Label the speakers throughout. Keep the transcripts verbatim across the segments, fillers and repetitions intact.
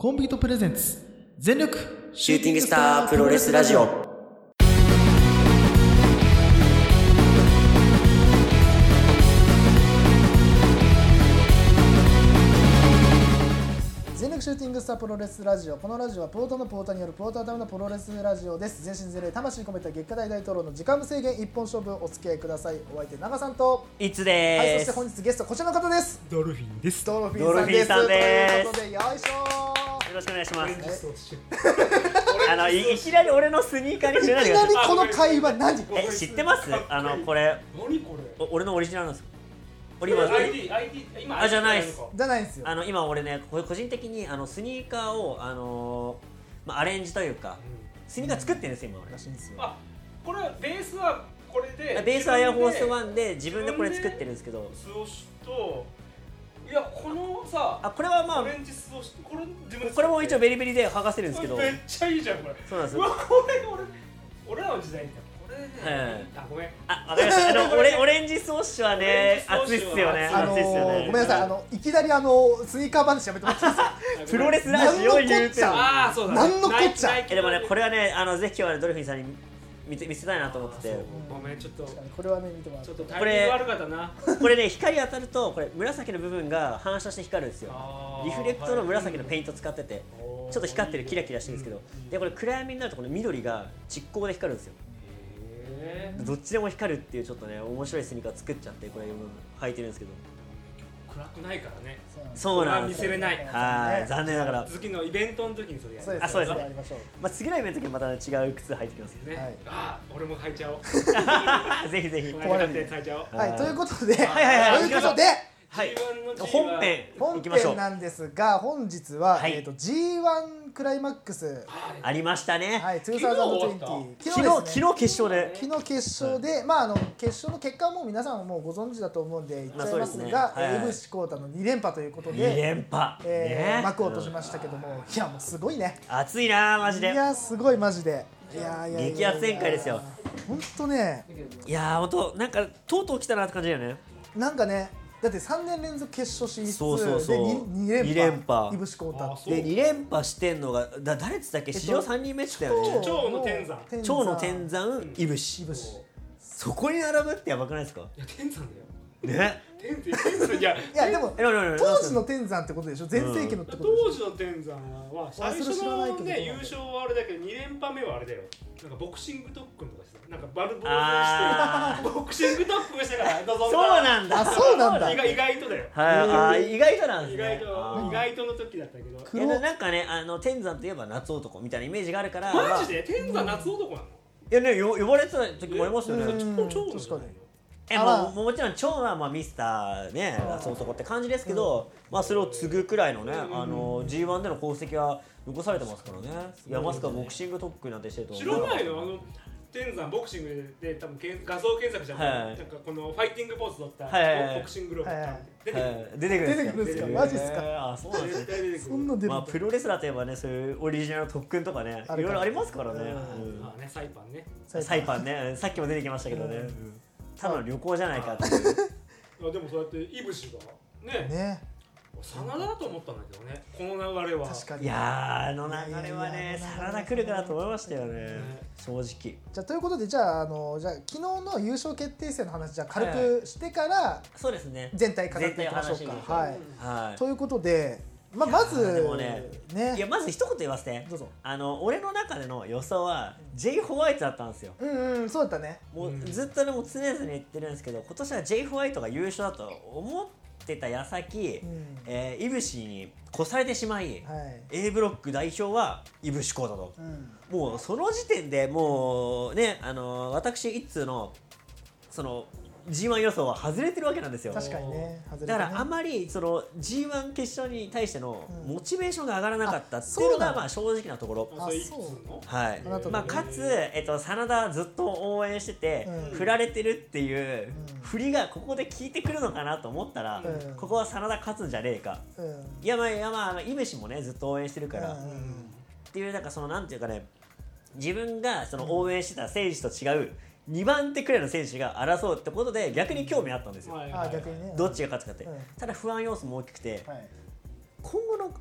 Speaker 1: コンビートプレゼンツ全力
Speaker 2: シューティングスタープロレスラジオ。
Speaker 1: 全力シューティングスタープロレスラジオ。このラジオはポーターのポーターによるポーターためのプロレスラジオです。全身全霊魂込めた月下大大統領の時間無制限一本勝負お付き合いください。お相手長さんと
Speaker 2: いつで
Speaker 1: はい、そ
Speaker 2: ーす。
Speaker 1: して本日ゲストこちらの方です。
Speaker 3: ドルフィンです。
Speaker 1: ドルフ
Speaker 2: ドルフィンさんです
Speaker 1: ということでよいしょ
Speaker 2: よろしくお願いします。
Speaker 1: ー。
Speaker 2: あの い, いきなり俺のスニーカーに触れない
Speaker 1: いき
Speaker 2: でください。
Speaker 1: なりこの会話何？
Speaker 2: え、知ってます？あのこれ
Speaker 3: 何これ？
Speaker 2: お俺のオリジナルなんですよ。俺今
Speaker 3: アイディー、アイディー、今
Speaker 2: あじゃないっす
Speaker 1: じゃないんですよ。
Speaker 2: あの今俺ねこれ個人的にあのスニーカーをあのーまあアレンジというかスニーカー作ってるんですよ今俺。
Speaker 1: らしいんですよ。
Speaker 3: あ、これベースはこれで
Speaker 2: ベースはエアフォースワンで自分でこれ作ってるんですけど、
Speaker 3: スオシといやこのさ
Speaker 2: あこれはまあ
Speaker 3: オレンジスオシこれ自分で
Speaker 2: これも一応ベリベリで剥がせるんですけど、
Speaker 3: めっちゃいいじゃんこれ。
Speaker 2: そうなんですよ。
Speaker 3: うわこれ俺俺らの時代だ。これね、
Speaker 2: はい
Speaker 3: あごめん。
Speaker 2: あ、わかりました。あのオレオレンジソーシュはね
Speaker 3: オレンジソーシュは
Speaker 2: 熱いっすよね。
Speaker 1: あの
Speaker 2: 熱いっすよね。
Speaker 1: ー、ごめんなさい、あのいきなりあのスニーカー話やめてもらっていいですか？
Speaker 2: プロレスラジオ言うてる。
Speaker 3: あーそうだ。
Speaker 1: なんのこっちゃ
Speaker 3: ナイキ
Speaker 2: えでもねこれはねあのぜひ今日はねドルフィンさんに見て見せたいなと思ってて、
Speaker 3: ごめんちょっと
Speaker 1: これはね見てもらって
Speaker 3: ちょっとタイミング悪かったな。
Speaker 2: これね光当たるとこれ紫の部分が反射して光るんですよ。
Speaker 3: あー
Speaker 2: リフレクトの紫のペイント使っててちょっと光ってるキラキラしてるんですけど、でこれ暗闇になるとこの緑が蓄光で光るんですよ。
Speaker 3: へー
Speaker 2: どっちでも光るっていうちょっとね面白いスニーカー作っちゃってこれ履いてるんですけど。
Speaker 3: 暗くないからね。
Speaker 2: そうなんですよ。
Speaker 3: 見せれない。
Speaker 2: はい残念ながら。
Speaker 3: 次のイベントの時にそれやる。
Speaker 1: そうです。
Speaker 2: あそうですね
Speaker 1: やりましょう。
Speaker 2: まあ次のイベントの時はまた違う靴履いてきますけど
Speaker 3: ね、
Speaker 1: はい
Speaker 3: あー俺も履いちゃおう。
Speaker 2: ぜひぜひ。
Speaker 3: こうやって履いちゃおう。
Speaker 1: はい、ということで、
Speaker 2: はいはいはい
Speaker 1: ということで、
Speaker 2: はい
Speaker 3: ジーワン の G は
Speaker 2: 本編
Speaker 1: 本
Speaker 2: 行きましょう。
Speaker 1: 編なんですが、本日は、
Speaker 2: はい
Speaker 1: えっ、と ジーワン クライマックス、
Speaker 2: ありましたね。
Speaker 1: はい、にせんにじゅう、
Speaker 2: 昨日昨日決勝で。
Speaker 1: 昨日決勝で、まああの決勝の結果はもう皆さんももうご存知だと思うんで言っちゃいますが、
Speaker 2: まあそうですねはい
Speaker 1: 江口浩太のに連覇ということ
Speaker 2: に
Speaker 1: で、
Speaker 2: 連覇。
Speaker 1: えー
Speaker 2: ね
Speaker 1: 幕を落としましたけども、いやもうすごいね。
Speaker 2: 熱いなマジ
Speaker 1: い
Speaker 2: で。
Speaker 1: やすごいマジで。いやいやいや
Speaker 2: 激アツ展開ですよ。
Speaker 1: 本当ね、
Speaker 2: いやー本当なんかとうとう来たなって感じだよね。
Speaker 1: なんかね。だってさんねん連続決勝進出
Speaker 2: そうそうそう
Speaker 1: で に連覇、
Speaker 2: に連覇
Speaker 1: 井口浩太
Speaker 3: あそう
Speaker 2: でに連覇してんのがだ誰っつったっけ、
Speaker 1: えっと
Speaker 2: 史上さんにんめっつったよね。
Speaker 3: 蝶の天山
Speaker 2: 蝶の天山いぶし。
Speaker 1: 井口
Speaker 2: そこに並ぶってやばくないですか。
Speaker 3: いや天山だよ。
Speaker 2: ね。
Speaker 3: 天天山いや
Speaker 1: いやでも
Speaker 2: えなになになに
Speaker 1: 当時の天山ってことでしょ、全盛期のってことでしょ、
Speaker 3: 当時の天山は最初
Speaker 1: それ知らないけど
Speaker 3: のね優勝はあれだけどに連覇目はあれだよ。なんかボクシング特訓とかしてなんかバルボー
Speaker 2: あ
Speaker 3: ズしてボクシング特訓してから臨んだ。
Speaker 2: そうなんだ。
Speaker 1: あそうなんだ
Speaker 3: 意外意外とだよ。
Speaker 2: はいあー意外となんですね。
Speaker 3: 意外と
Speaker 2: あー
Speaker 3: 意外との時だったけど。
Speaker 1: 黒
Speaker 2: いやなんかねあの天山といえば夏男みたいなイメージがあるから。
Speaker 3: マジで天山夏男なの？
Speaker 2: いやねよ呼ばれてた時もありますよね。
Speaker 1: うん
Speaker 3: 超
Speaker 1: 確かに
Speaker 2: え
Speaker 1: あら
Speaker 2: もうもうもちろん長はまあミスターね夏男って感じですけど、まあそれを継ぐくらいのねあの ジーワン での功績は残されてますからね。いやまさかボクシング特訓なんてしてると
Speaker 3: 知らないのあの天山ボクシングで多分けん画像検索じゃん、
Speaker 2: はい
Speaker 3: なんかこのファイティングポーズ取った、
Speaker 2: はい
Speaker 3: ボクシングローブ、
Speaker 1: はいはい
Speaker 3: 出てくる、
Speaker 2: はい出てくる
Speaker 1: 出てくるんですかマジっすか
Speaker 2: えーあそうなんですね。
Speaker 3: 絶対出てくる。
Speaker 1: そんな出る
Speaker 2: まあプロレスラーといえばねそういうオリジナルの特訓とかね
Speaker 1: あるから
Speaker 2: いろいろありますからね。
Speaker 1: うん
Speaker 2: うん
Speaker 3: まあねサイパンね。
Speaker 2: サイパンねさっきも出てきましたけどね。
Speaker 1: うん
Speaker 2: うんただの旅行じゃないかっていう。
Speaker 3: あでもそうやってイブシがね、
Speaker 1: ね、
Speaker 3: 真田だと思ったんだけどね、この流れは。
Speaker 1: 確かに。
Speaker 2: いやーあの流れはい
Speaker 1: や
Speaker 2: ね
Speaker 1: いや
Speaker 2: 真田来るかなと思いましたよね
Speaker 3: ね
Speaker 2: 正直。
Speaker 1: じゃあということで、じゃああのじゃあ昨日の優勝決定戦の話じゃあ軽くしてから
Speaker 2: そうですね
Speaker 1: 全体語っていきましょう
Speaker 2: 全体を話していきましょう
Speaker 1: か。はい。
Speaker 2: はい
Speaker 1: ということで、まあま
Speaker 2: いやーで
Speaker 1: ず
Speaker 2: もね
Speaker 1: ね
Speaker 2: いやまず一言言わせて
Speaker 1: どうぞ。
Speaker 2: あの俺の中での予想は J ホワイトだったんですよ。
Speaker 1: うんうん、そうだったね。
Speaker 2: もう
Speaker 3: うん
Speaker 2: ずっとねもう常々言ってるんですけど今年は J ホワイトが優勝だと思ってた矢先、
Speaker 1: うん
Speaker 2: えー、イブシに越されてしまい、
Speaker 1: はい。
Speaker 2: A ブロック代表はイブシコーだと、
Speaker 1: うん。
Speaker 2: もうその時点でもうねあの私一通のその ジーワン 予想は外れてるわけなんですよ。
Speaker 1: 確かにね。外れてね
Speaker 2: だからあまりその ジーワン 決勝に対しての
Speaker 1: うん
Speaker 2: モチベーションが上がらなかったっていうの
Speaker 1: あそうなの
Speaker 2: がまあ正直なところ。
Speaker 3: あそれいつ
Speaker 1: あそう
Speaker 3: の？
Speaker 2: はい
Speaker 1: あなたの
Speaker 2: まあ、かつ、えっと、真田ずっと応援してて、
Speaker 1: うん
Speaker 2: 振られてるっていう、
Speaker 1: うん
Speaker 2: 振りがここで効いてくるのかなと思ったら、
Speaker 1: うん
Speaker 2: ここは真田勝つんじゃねえか。
Speaker 1: うん。
Speaker 2: いやまあいやまああのイメシもねずっと応援してるから、
Speaker 1: うん
Speaker 2: っていうなんかそのなんていうかね自分がその応援してた選手と違うにばん手くらいの選手が争うってことで逆に興味あったんですよ、
Speaker 3: はいはいはい
Speaker 1: あ逆にね。
Speaker 2: どっちが勝つかって、
Speaker 1: うん
Speaker 2: ただ不安要素も大きくて、
Speaker 1: はい。
Speaker 2: 今後の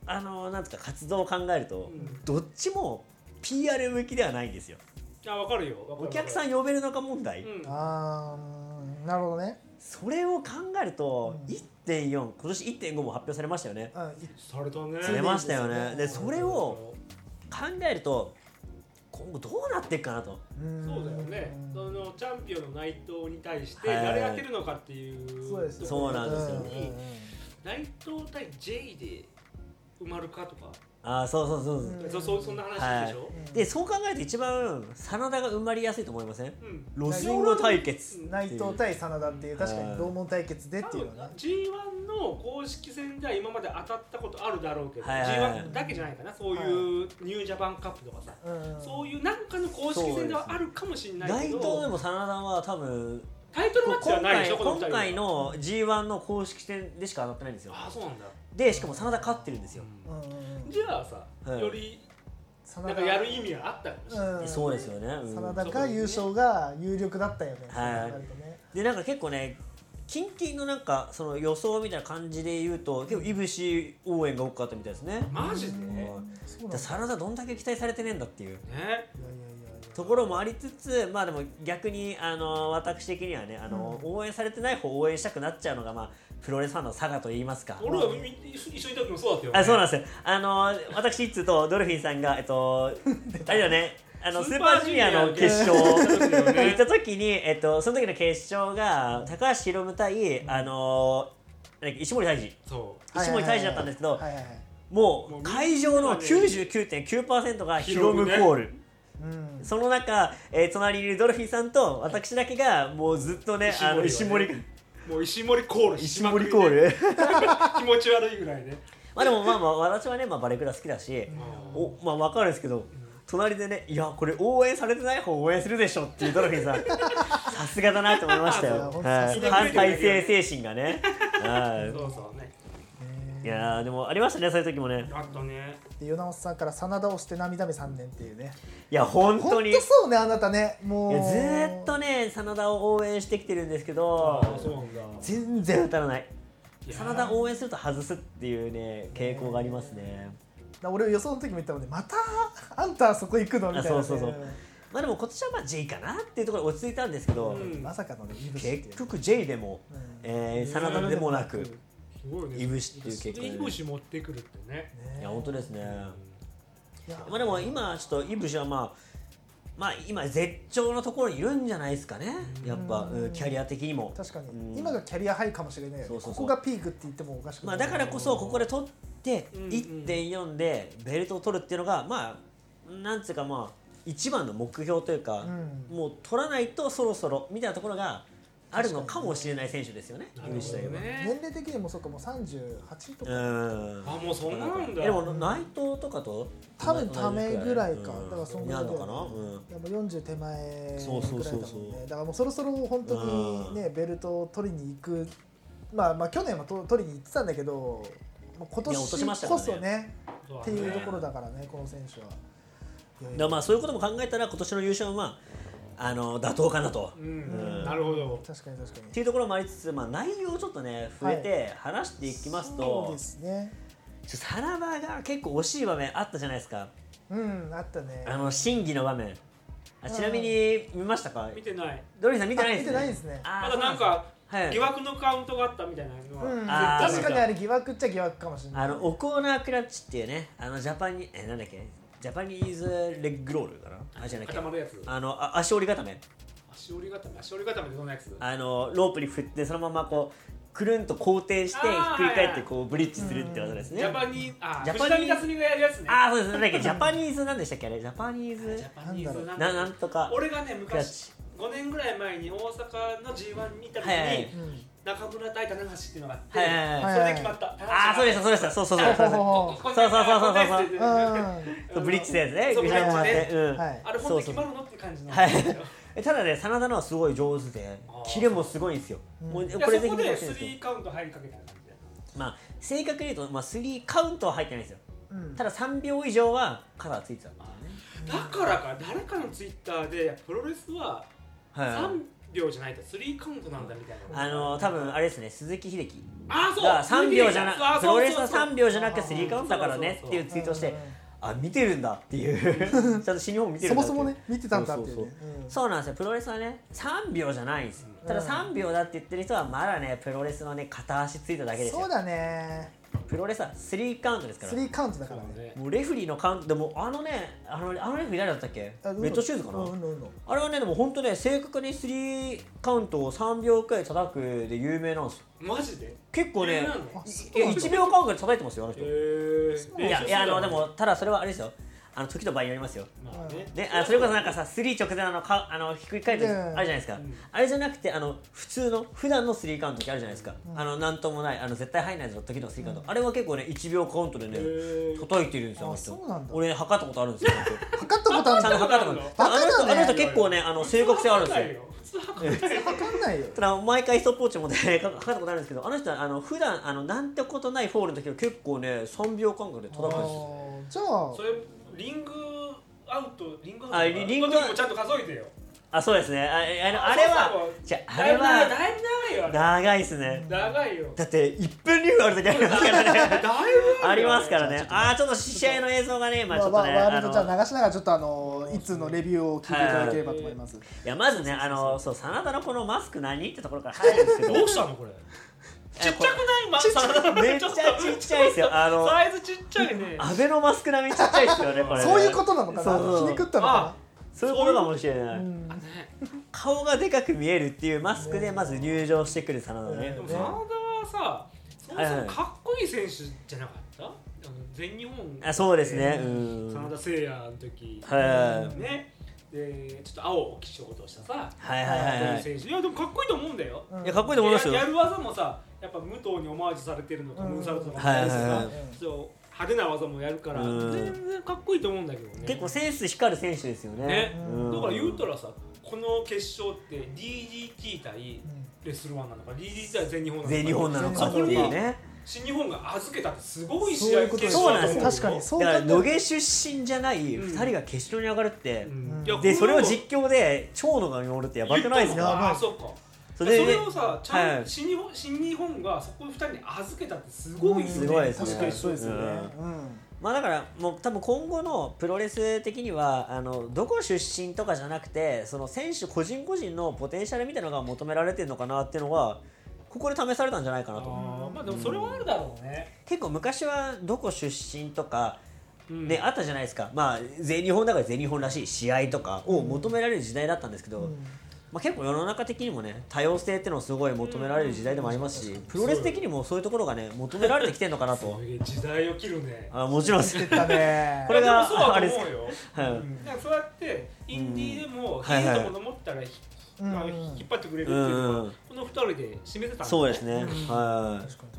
Speaker 2: あのなんつうか活動を考えると、
Speaker 3: うん、
Speaker 2: どっちも ピーアール 向きではないんですよ。
Speaker 3: あ、分かるよ。
Speaker 2: お客さん呼べるのか問題、
Speaker 3: うん、
Speaker 1: あーなるほどね。
Speaker 2: それを考えると、
Speaker 1: うん、
Speaker 2: いってんよん 今年 いってんご も発表されましたよね。
Speaker 3: されたね。
Speaker 2: されましたよね。でそれを考えると今後どうなっていくかなと。
Speaker 3: そうだよね。そのチャンピオンの内藤に対して誰が当てるのかっていう、
Speaker 1: そうです、
Speaker 2: そうなんですよ。
Speaker 3: 内藤対 ジェイ で埋まるかとか。
Speaker 2: ああ、そうそうそう、
Speaker 3: うん、そうそう、そんな話でしょ、はい、
Speaker 2: でそう考えると一番真田が埋まりやすいと思いません、うん、ロスイン
Speaker 1: ゴ
Speaker 2: ゴ対決
Speaker 1: 内藤対真田っていう、確かに同門対決でっていうのね。
Speaker 3: ジーワン の公式戦では今まで当たったことあるだろうけど、はいはいはい、ジーワン だけじゃないかな、そういうニュージャパンカップとかさ、はい、そういうなんかの公式戦ではあるかもしれないけど、
Speaker 2: 内藤でも真田は多分
Speaker 3: タイトルマッチはないでしょ。
Speaker 2: 今回、今回の ジーワン の公式戦でしか当たってないんですよ。
Speaker 3: ああ、そうなんだ。
Speaker 2: でしかも真田勝ってるんですよ、
Speaker 3: うん、じゃあさ、はい、よりなんかやる意味があったかもしれない、
Speaker 2: うん、そうですよね、うん、
Speaker 1: 真田が優勝が有力だったよね、
Speaker 2: はい、ね、でなんか結構ね近々のなんかその予想みたいな感じで言うと結構いぶし応援が多かったみたいですね。
Speaker 3: マジで、
Speaker 2: うん、で真田どんだけ期待されてねえんだっていう、ね、
Speaker 3: い
Speaker 2: ところもありつつ、まあでも逆にあの私的にはね、あの、うん、応援されてない方を応援したくなっちゃうのが、まあ、プロレスファンの差がと言いますか。
Speaker 3: 俺は一緒にいた時もそうだったよね。
Speaker 2: あ、そうなんですよ。あの私いつとドルフィンさんがえっとあれだね、あのスーパージュニアの決勝行った時に、えっとその時の決勝が高橋宏夢対あの石森泰治、そう石森泰治だったんですけど、もう会場の きゅうじゅうきゅうてんきゅうパーセント がヒロムコール。うん、その中、えー、隣にいるドルフィンさんと私だけがもうずっとね、
Speaker 3: 石森はね、
Speaker 2: あの石森
Speaker 3: もう石森コール
Speaker 2: 石森コール
Speaker 3: 気持ち悪いぐらいね。
Speaker 2: まあでもまあまあ私はね、まあ、バレクラ好きだし、うん、おまあ分かるんですけど、うん、隣でね、いやこれ応援されてない方応援するでしょっていうドルフィンさんさすがだなと思いましたよ。反体制精神がね。
Speaker 3: そうそうね。
Speaker 2: いやでもありましたね、そういう時もね。
Speaker 3: あったね。
Speaker 1: で与那本さんから真田をして涙目さんねんっていうね。
Speaker 2: いや本当に
Speaker 1: 本当そうね、あなたね、もう
Speaker 2: いやずーっとね真田を応援してきてるんですけど、
Speaker 3: あそうなんだ、
Speaker 2: 全然当たらない。真田応援すると外すっていうね傾向がありますね。
Speaker 1: 俺予想の時も言ったので、またあんたそこ行くのみたいな、ね、
Speaker 2: そうそうそう。まあでも今年はまあ J かなっていうところで落ち着いたんですけど、
Speaker 1: うん、まさかのね
Speaker 2: 結局 J でも、うんえー、真田でもなく、
Speaker 3: すごいね、
Speaker 2: いぶしっていう結果で、ね、
Speaker 3: いぶし持ってくるってね。
Speaker 2: いや本当ですね。うん、まあでも今ちょっといぶしはまあまあ今絶頂のところにいるんじゃないですかね。やっぱ、うん、キャリア的にも
Speaker 1: 確かに、うん、今がキャリアハイかもしれないよね。そうそうそう、ここがピークって言ってもおかしくない。
Speaker 2: まあだからこそここで取って いってんよん でベルトを取るっていうのがまあなんつうかまあ一番の目標というか、うん、もう取らないとそろそろみたいなところがあるのかもしれない選手ですよね。
Speaker 1: いぶしといえば年齢的にもそうか、もうさんじゅうはちとか、
Speaker 3: うんあもうそんななんだ。
Speaker 2: でも内藤とかと
Speaker 1: 多分ためぐらいか、
Speaker 2: うん、
Speaker 1: だからそんぐらいだよね。うん、でもよんじゅう手前ぐらいだもんね。だからもうそろそろ本当にねベルトを取りに行く、まあまあ去年はと取りに行ってたんだけど、今年こそねっていうところだからね、この選手は。
Speaker 2: だからまあそういうことも考えたら今年の優勝はまああの妥当かなと、
Speaker 3: うんうん、なるほど、
Speaker 1: 確かに確かに
Speaker 2: っていうところもありつつ、まあ、内容をちょっとね触れて話していきますと、はい、
Speaker 1: そうですね、
Speaker 2: さらばが結構惜しい場面あったじゃないですか。
Speaker 1: うんあったね。
Speaker 2: あの審議の場面、あちなみに見ましたか？
Speaker 3: 見てない。
Speaker 2: ドリーさん見てないですね。
Speaker 1: 見てないですね。
Speaker 3: まだなんか疑惑のカウントがあったみたいなのは、
Speaker 1: うん、あ確かにあれ疑惑っちゃ疑惑かもしれない。
Speaker 2: あのオコーナークラッチっていうね、あのジャパニえなんだっけジャパニーズレッグロールかな、あじゃなきゃ
Speaker 3: 固まるやつ、
Speaker 2: あのあ足折り固め
Speaker 3: 足折り固め足折り固めってどんなやつ？
Speaker 2: あのロープに振ってそのままこうくるんと肯定してひっくり返ってこうブリッジするって技ですね。
Speaker 3: ジャパニーあジャパニーズ藤田がやるやつね。
Speaker 2: あそうですね。ジャパニーズなんでしたっけあれ？ジャパニーズ
Speaker 3: ジャパニーズ
Speaker 2: ななんとか。
Speaker 3: 俺がね昔ごねんぐらい前に大阪の ジーワン にいた時に中村対棚橋っていうのがあって、はいはいはい、それで決まった。
Speaker 2: ああそうでしたそうでしたそうそうそうそうそうそうそうそうブリッジしたやつね。
Speaker 3: そうブリッジね。
Speaker 2: うん。
Speaker 3: あれ本当に決まるのって感じの。
Speaker 2: はい。ただね真田のはすごい上手でキレもすごいんですよ。
Speaker 3: もうこれぜひ見てほしいんですよ。そこでスリーカウント入りかけた感じで。
Speaker 2: まあ正確に言うとまあスリーカウントは入ってないんですよ。たださんびょう以上はカラーついてたんだよね。
Speaker 3: だからか誰かのツイッターでプロレスはびょうじゃないとスリーカウントなんだみたいな。
Speaker 2: あの多分あれですね、鈴木秀樹
Speaker 3: あそう
Speaker 2: がさんびょうじゃな
Speaker 3: あ
Speaker 2: プロレスはさんびょうじゃなくてスリーカウントだからねっていうツイートをして、あ見てるんだっていうちゃんと新日本見てるんだって
Speaker 1: そもそもね見てたんだっていうね。
Speaker 2: そうそうそう、うん、そうなんですよ。プロレスはねさんびょうじゃないんですよ。たださんびょうだって言ってる人はまだねプロレスのね片足ついただけですよ。
Speaker 1: そうだね。
Speaker 2: プロレスはスリーカウントですから。
Speaker 1: スリーカウントだからね。
Speaker 2: もうレフェリーのカウントでもあのねあのあのレフェリー誰だったっけ？レッドシューズかな。うんうんうん、あれはねでも本当ね正確にスリーカウントをさんびょうくらい叩くで有名なんですよ。
Speaker 3: マジで？
Speaker 2: 結構ねいやいちびょうカウントで叩いてますよあの人。へーいやいやあのでもただそれはあれですよ。あの時と場合によりますよ。まあね、であそれこそなんかさスリー直前のかあのひっくり返ってあるじゃないですか、うん、あれじゃなくてあの普通の普段のスリーカウントってあるじゃないですか、うん、あのなんともないあの絶対入んないぞ時のスリーカウント、うん、あれは結構ねいちびょうカウントでね叩いてるんですよ。あそうなんだ。俺ね測ったことあるんですよ。
Speaker 1: 測ったことあるんだ。
Speaker 2: ちゃんと測ったことある。あの人あの人結構ねあの正確性あるんですよ。
Speaker 1: 測んないよ。
Speaker 2: ただ毎回ストップウォッチもね測ったことあるんですけど、あの人はあの普段あのなんてことないフォールの時は結構ねさんびょう間隔で叩くんですよ。
Speaker 1: じゃあ
Speaker 3: それリングアウトリングアウト
Speaker 2: あリング
Speaker 3: の時もちゃんと数えてよ。
Speaker 2: あそうですね。ああのあれはじゃあれは
Speaker 3: だいぶ長いよ。
Speaker 2: 長いですね。
Speaker 3: 長いよ。
Speaker 2: だっていっぷんにふんある時ありますからね。だいぶありますからね。ああちょっと試合の映像がねまあちょっとね
Speaker 1: ワールドじゃあ流しながらちょっとあのいつのレビューを聞いていただければと思います。
Speaker 2: いやまずねあのそう真田のこのマスク何ってところから入るんですけど。
Speaker 3: どうしたのこれ。ちっちゃくないマスク。
Speaker 2: めっちゃちっちゃいですよ。あの
Speaker 3: サイズちっちゃいね。
Speaker 2: アベノマスク並みちっちゃいですよねこれ。
Speaker 1: そういうことなのかな。ひねくったのかな。
Speaker 2: そういうことかもしれない。顔がでかく見えるっていうマスクでまず入場してくる真田ね。
Speaker 3: でも真田はさ、そもそもかっこいい選手じゃなかった？あの全日本。
Speaker 2: あそうですね。
Speaker 3: 真田誠也の時。
Speaker 2: はい
Speaker 3: ね。でちょっと青を基調としたさ、
Speaker 2: はいはいはいはい。
Speaker 3: 選手いやでもかっこいいと思うんだよ。
Speaker 2: いやかっこいいと思いますよ。
Speaker 3: やる技もさ、やっぱ武藤にオマージュされてるのか、ムーンサルトとかもあるしさ、派手な技もやるから全然かっこいいと思うんだけどね。
Speaker 2: 結構センス光る選手ですよね。
Speaker 3: ね、だから言うたらさ、この決勝って ディージーティー 対レスルワンなのか、 ディージーティー 対全日本なのか、
Speaker 2: 全日本なのかっていうね。
Speaker 3: 新日本が預けたってすごい試合決
Speaker 2: 勝だと思う。
Speaker 1: 確かにそう
Speaker 2: だから野毛出身じゃないふたりが決勝に上がるって、
Speaker 3: うん、
Speaker 2: でそれを実況で長野が見守るってやばくないですか。
Speaker 3: あ、そうか。それをさ、ちゃんと新日本、新日本がそこのふたりに預けたってすごいですね。
Speaker 2: すごいですね。
Speaker 1: 確かにそうですよね。
Speaker 2: まあだからもう多分今後のプロレス的にはあのどこ出身とかじゃなくてその選手個人個人のポテンシャルみたいなのが求められてるのかなっていうのはここで試されたんじゃないかなと。
Speaker 3: あまあでもそれはあるだろうね。
Speaker 2: 結構昔はどこ出身とかであったじゃないですか。まあ全日本だから全日本らしい試合とかを求められる時代だったんですけど、まあ結構世の中的にもね多様性っていうのをすごい求められる時代でもありますし、プロレス的にもそういうところがね求められてきてるのかなと。
Speaker 3: 時代を切るね。
Speaker 2: あもちろんです。
Speaker 1: こ
Speaker 3: れがあれですよ。そうやってインディーでもヒートも守ったら引っ張ってくれるっていうのはこのふたりで示せたんですね。
Speaker 2: そうですね。はい。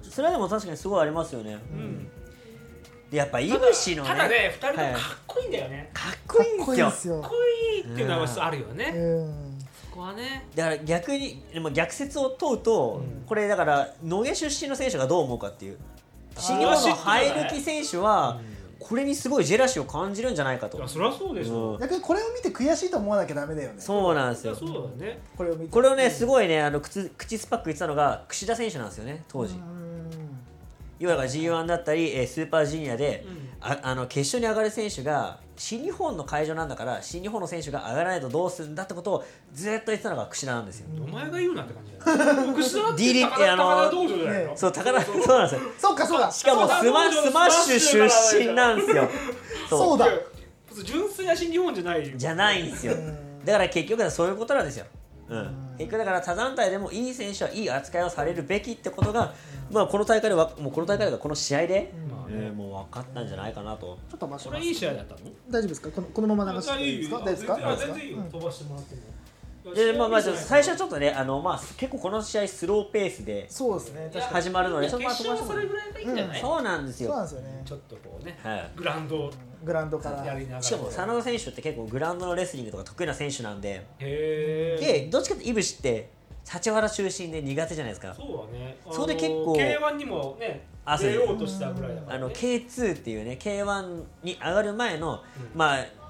Speaker 2: それはでも確かにすごいありますよね。でやっぱいぶしのね。
Speaker 3: ただねふたりともかっこいいんだよね。
Speaker 2: かっこいいんですよ。
Speaker 3: かっこいいっていうのはあるよね。そこはね。
Speaker 2: だから逆にでも逆説を問うとこれだから野毛出身の選手がどう思うかっていう。新日本の生え抜き選手は。これにすごいジェラシーを感じるんじゃないかと。
Speaker 3: いやそりゃそうでしょ。
Speaker 1: 逆にこれを見て悔しいと思わなきゃダメだよね。
Speaker 2: そうなんですよ。
Speaker 3: そうだね。
Speaker 1: これを見て
Speaker 2: これをねすごいねあの口口スパック言ってたのが櫛田選手なんですよね当時。要は ジーワン だったりスーパージュニアで、うん、ああの決勝に上がる選手が新日本の会場なんだから新日本の選手が上がらないとどうするんだってことをずっと言ってたのが櫛田なんですよ。
Speaker 3: お前が言うなって感じだよ。櫛田って高田道場じゃないの。
Speaker 2: そう高田そうなんですよ。
Speaker 1: そうかそうか。
Speaker 2: しかもスマスマッシュ出身なんですよ。
Speaker 1: そうだ。
Speaker 3: 純粋な新日本じゃない
Speaker 2: じゃないんですよ。だから結局はそういうことなんですよ。うん、結局だから他団体でもいい選手はいい扱いをされるべきってことが、まあこの大会ではもうこの大会がこの試合で、うんえー、もう分かったんじゃないかなと。
Speaker 1: ちょっと待って。
Speaker 3: これいい試合だったの？
Speaker 1: 大丈夫ですか？このこのまま流していいですか？大丈夫ですか？
Speaker 3: 全然いいよ。飛ばしてもらっても。
Speaker 2: でまあまあ最初はちょっとねあのまあ結構この試合スローペースで
Speaker 1: そうですね
Speaker 2: 始まるので、
Speaker 3: 決勝はそれぐらいがいいんじゃない？
Speaker 2: そうなんですよ。
Speaker 1: そうなんですよね。
Speaker 3: ちょっとこうね、
Speaker 2: はい、
Speaker 3: グラウンド
Speaker 1: グラウンドから
Speaker 3: やりながら。
Speaker 2: しかも真田選手って結構グラウンドのレスリングとか得意な選手なんで、
Speaker 3: へ
Speaker 2: でどっちかっていぶしって立原中心で苦手じゃないですか。
Speaker 3: そうだね。
Speaker 2: それで結構
Speaker 3: ケーワン にもね出ようとしたぐらいだから、ね、
Speaker 2: あの ケーツー っていうね ケーワン に上がる前の、うん、まあ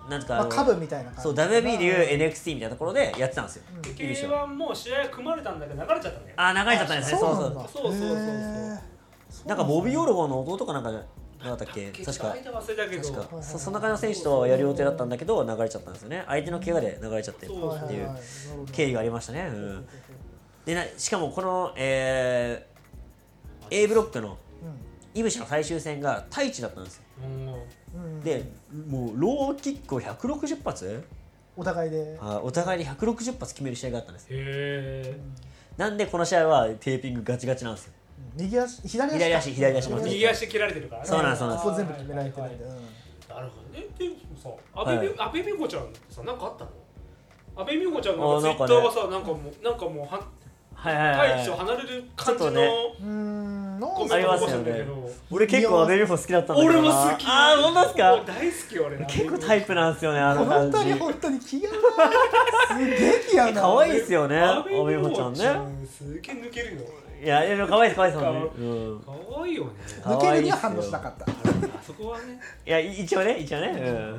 Speaker 2: なんとか、
Speaker 1: まあ、株みたいな感じ
Speaker 2: そう ダブリュービー でいう エヌエックスティー みたいなところでやってたんですよ、
Speaker 3: うん、ケーワン も試合組まれたんだけど流れちゃったね。
Speaker 2: あ流れちゃったんですね。そうそう
Speaker 3: そうそうそうそう
Speaker 2: なんかボビー・オルゴンの弟かなんかじゃなかったっけ、確か確か そ, そんな感じの選手とやる予定だったんだけど流れちゃったんですよね。相手の怪我で流れちゃってっていう経緯がありましたね、うん、でなしかもこの、えー、A ブロックのイブシの最終戦がタイチだったんですよ、うん、でもうローキックをひゃくろくじゅっ発
Speaker 1: お互いで
Speaker 2: あお互いにひゃくろくじゅっ発決める試合があったんですよ。
Speaker 3: へ
Speaker 2: ーなんでこの試合はテーピングガチガチなんですよ。
Speaker 1: 右足左足
Speaker 2: 左足左足
Speaker 3: 右足切られてるからね。
Speaker 2: そうなんですそうなん
Speaker 1: です。ここ全部決められてるんで、
Speaker 3: なるほど。えでもさ、阿部美阿部美穂ちゃんってさなんかあったの？阿部美穂ちゃんのツイッターがさなんかもうなんかもうは
Speaker 2: はいはいはい
Speaker 3: 大地を離れる感じの、
Speaker 2: ね、
Speaker 1: うーん
Speaker 3: コメント残してんだけど、
Speaker 2: 俺結構阿部美穂好きだったんだけどな。
Speaker 3: 俺も好き。
Speaker 2: あー、本当ですか？
Speaker 3: 大好き俺。
Speaker 2: 結構タイプなんですよねあの感じ。
Speaker 1: 本当に本当に気がすげえ気がな。
Speaker 2: 可愛いですよね
Speaker 3: 阿部
Speaker 2: 阿部美穂ちゃんね。
Speaker 3: すげえ抜けるよ。
Speaker 2: いやいや可愛いです可愛いですもんね。うん。
Speaker 3: 可愛いよね。
Speaker 1: 抜けるには反応しなかった。
Speaker 3: あそこはね。
Speaker 2: いや一応ね一応ね。うん。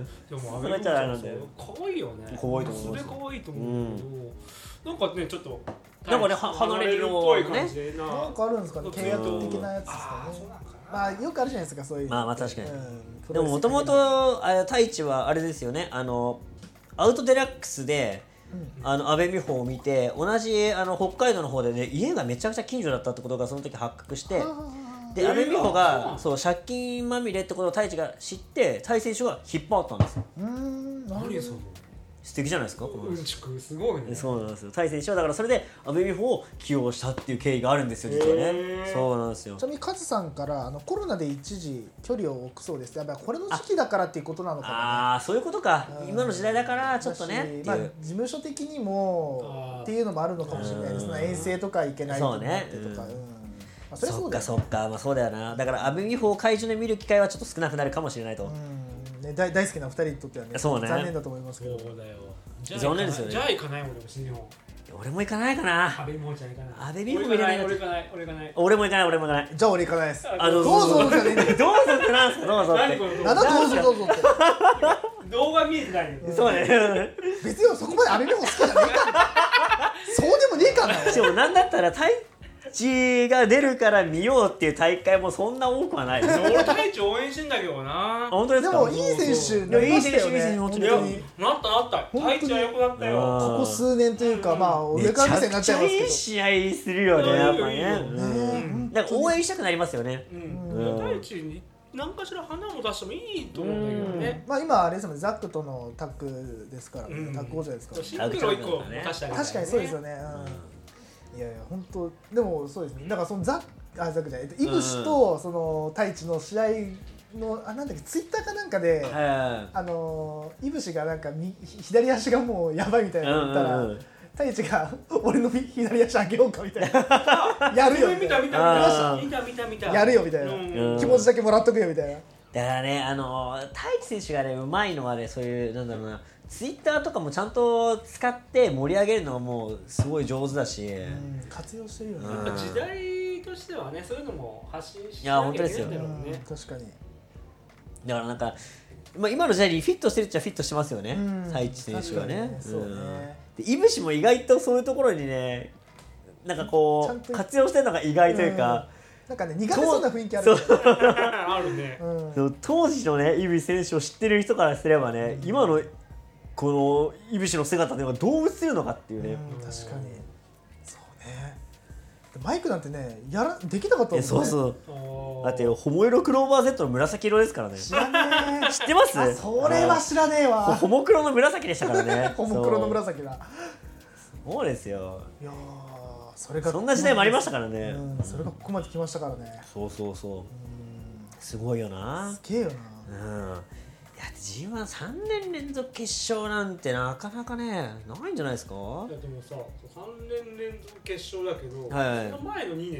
Speaker 3: でも阿部美穂ちゃん可愛いよね。
Speaker 2: 可愛いと思います。
Speaker 3: それ可愛いと思うけど、なんかねちょっと。
Speaker 2: なんかね離れるようなね。
Speaker 1: なんかあるんですかね、契約的なやつですかね。まあよくあるじゃないですかそういう。
Speaker 2: まあまあ確かに。でももともと太一はあれですよね、あのアウトデラックスで。あの阿部美穂を見て同じあの北海道の方でね家がめちゃくちゃ近所だったってことがその時発覚して、で阿部美穂がそう借金まみれってことを太一が知って太選手が引っ張ったんですよ。
Speaker 1: うーん
Speaker 3: 何その
Speaker 2: 素敵じゃないですかこの
Speaker 3: うんちくすごいね。
Speaker 2: そうなんですよ。太選手はだからそれで阿部美穂を起用したっていう経緯があるんですよ実はね。そうなんですよ。
Speaker 1: ちなみにカズさんからあのコロナで一時距離を置くそうです。やっぱりこれの時期だからっていうことなのかな。
Speaker 2: ああそういうことか。今の時代だからちょっとね。
Speaker 1: まあ事務所的にもっていうのもあるのかもしれないですね。遠征とか行けないと思ってとか。
Speaker 2: そっかそっか、まあそうだよな。だから阿部美穂を会場で見る機会はちょっと少なくなるかもしれないと。
Speaker 1: ね、大, 大好きなふたりにとっては ね, ね残念だと思いますけど。
Speaker 3: そうだよ。
Speaker 2: 残念ですよね。
Speaker 3: じゃあ行かないもんね、新日本。
Speaker 2: 俺も行かないかな。
Speaker 3: 阿部美穂ちゃん行かない。
Speaker 2: 阿部美穂も行かない。
Speaker 3: 俺行かない。俺行かない。
Speaker 2: 俺も行かない。俺も行かない。
Speaker 1: じゃあ俺行かないです。
Speaker 2: あの
Speaker 1: どうぞじゃねえんだよ。
Speaker 2: どうぞってなんすかどうぞって。
Speaker 1: なんだどうぞどうぞって。
Speaker 3: 動画見えてないよ。
Speaker 2: そうね。
Speaker 1: 別にそこまで阿部美穂好きじゃねえか。そうでもねえかな。
Speaker 2: でもなんだったら太一が出るから見ようっていう大会もそんな多くはない。
Speaker 3: 俺太一応援してんだけどな。
Speaker 2: 本当ですか。
Speaker 1: でもいい選手になりましたよね。
Speaker 2: 本当に
Speaker 3: なったなった。太一は良くなったよ。
Speaker 1: ここ数年というかまあ上から目線になっちゃいますけど。
Speaker 2: めちゃくちゃいい試合するよねやっぱね。なんか応援したくなりますよね。
Speaker 3: 太一に何かしら花も出してもいいと思うんだけどね。
Speaker 1: まあ今あれですもんね、ザックとのタッグですからね。タッグ王者ですから。
Speaker 3: シンクロいっこ出してあげたい。
Speaker 1: 確かにそうですよね。いやいや本当でもそうですね。だからそのザッあザックじゃないイブシとその太一の試合のあなんだっけツイッターかなんかで、あのイブシがなんかみ左足がもうやばいみたいなの言ったら太一が俺の左足あげようかみたいなやるよみたいな
Speaker 3: 見た見た見た見た
Speaker 1: やるよみたいな気持ちだけもらっとくよみたいな。
Speaker 2: だからねあの太一選手がねうまいのはねそういうなんだろうな。ツイッターとかもちゃんと使って盛り上げるのがもうすごい上手だし、うん、
Speaker 1: 活用してるよね。
Speaker 3: やっぱ時代としてはねそういうのも発信しなきゃいけないんだろうね。
Speaker 1: 確かに。
Speaker 2: だからなんか、まあ、今の時代にフィットしてるっちゃフィットしてますよね太一選手はね。いぶしも意外とそういうところにねなんかこう活用してるのが意外というか。
Speaker 1: なんかね苦手そうな雰囲気ある。
Speaker 3: あるね。
Speaker 2: 当時のねいぶし選手を知ってる人からすればね今のこのいぶしの姿ではどう映るのかっていうね。
Speaker 1: 確かにそうね。マイクなんてねやらできなかったもんね。
Speaker 2: そうそうだってホモ色クローバー Z の紫色ですからね。
Speaker 1: 知らねえ。
Speaker 2: 知ってます？
Speaker 1: それは知らねえわ。
Speaker 2: ホモクロの紫でしたからね。
Speaker 1: ホモクロの紫だ。
Speaker 2: そうですよ。
Speaker 1: いやそれが
Speaker 2: そんな時代もありましたからね。
Speaker 1: それがここまで来ましたからね。
Speaker 2: そうそうそうすごいよな。
Speaker 1: すげえよな。
Speaker 2: うんいや ジーワンさん 年連続決勝なんてなかなかねないんじゃないですか。い
Speaker 3: やでもささんねん連続決勝だけど、
Speaker 2: はい、
Speaker 3: その前のにねんって、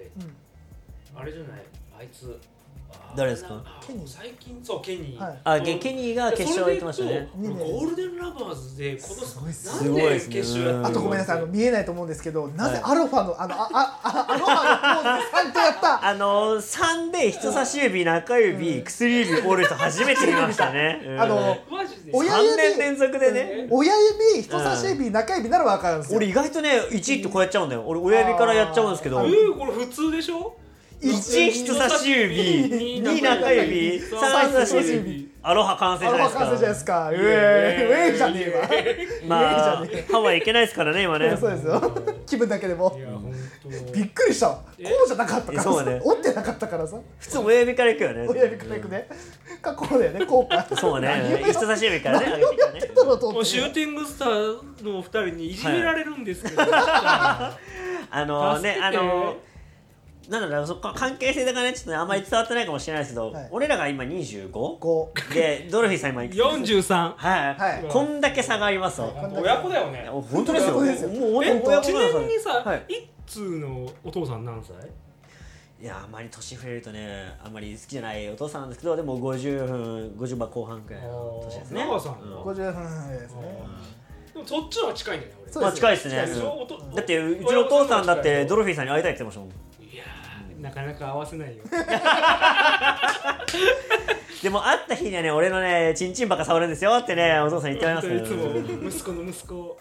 Speaker 3: うん、あれじゃないあいつ
Speaker 2: 誰ですか。
Speaker 3: ケニー最近そうケニー、
Speaker 2: はい、あケニーが決勝行ってましたね。
Speaker 3: ゴールデンラバーズでこの
Speaker 1: す
Speaker 2: ごいです
Speaker 3: 決勝やって
Speaker 1: あとごめんなさいあの見えないと思うんですけどなぜアロファのあのああアロファのポーズでさんとやった
Speaker 2: あのさんで人差し指中指薬指折る人初めて見ましたね。
Speaker 1: あの
Speaker 3: マジで
Speaker 1: 親
Speaker 2: さんねん連続でね、
Speaker 1: 親指人差し指中指なら分かるんですよ。
Speaker 2: 俺意外とねいちってこうやっちゃうんだよ。俺親指からやっちゃうんですけど、
Speaker 3: えー、これ普通でしょ。
Speaker 2: いち人差し指、に中指、さん人差し指、アロハ完成じゃないですか。
Speaker 1: アロハ完成じゃないですか。ウェーウェーじゃねえわ。
Speaker 2: まあハワイ行けないですからね今ね。
Speaker 1: そうですよ。気分だけでもびっくりした。こうじゃなかったからさ、折ってなかったからさ。
Speaker 2: 普通親指から行くよね。
Speaker 1: 親指から行くね。かこうだよね、こうか。
Speaker 2: そうね、人差し指からね上げていくね。
Speaker 3: シューティングスターのふたりにいじめられるんですけど。
Speaker 2: あのね、あのなんだろう、そこ関係性とかねちょっとねあんまり伝わってないかもしれないですけど、俺らが今にじゅうごでドルフィンさん今
Speaker 3: よんじゅうさん。
Speaker 2: はい、こんだけ差がありますよ。
Speaker 3: 親子だよね。
Speaker 2: 本当ですよ。もう親子
Speaker 3: ちなみにさ、一通のお父さん何歳？
Speaker 2: いやあまり年増えるとねあんまり好きじゃないお父さんなんですけど、でもごじゅう、ごじゅうば後半くらいの年ですね。
Speaker 3: 長さん
Speaker 1: ごじゅうふんですね。
Speaker 3: でもそっちの方が近いんだよ俺。
Speaker 2: まあ近いですね。だってうちのお父さんだってドルフィンさんに会いたいって言ってましたもん。
Speaker 3: なかなか合わせないよ。
Speaker 2: でも会った日にはね俺のねチンチンばっか触るんですよってねお父さん言ってましたよ。
Speaker 3: いつも息子の息子。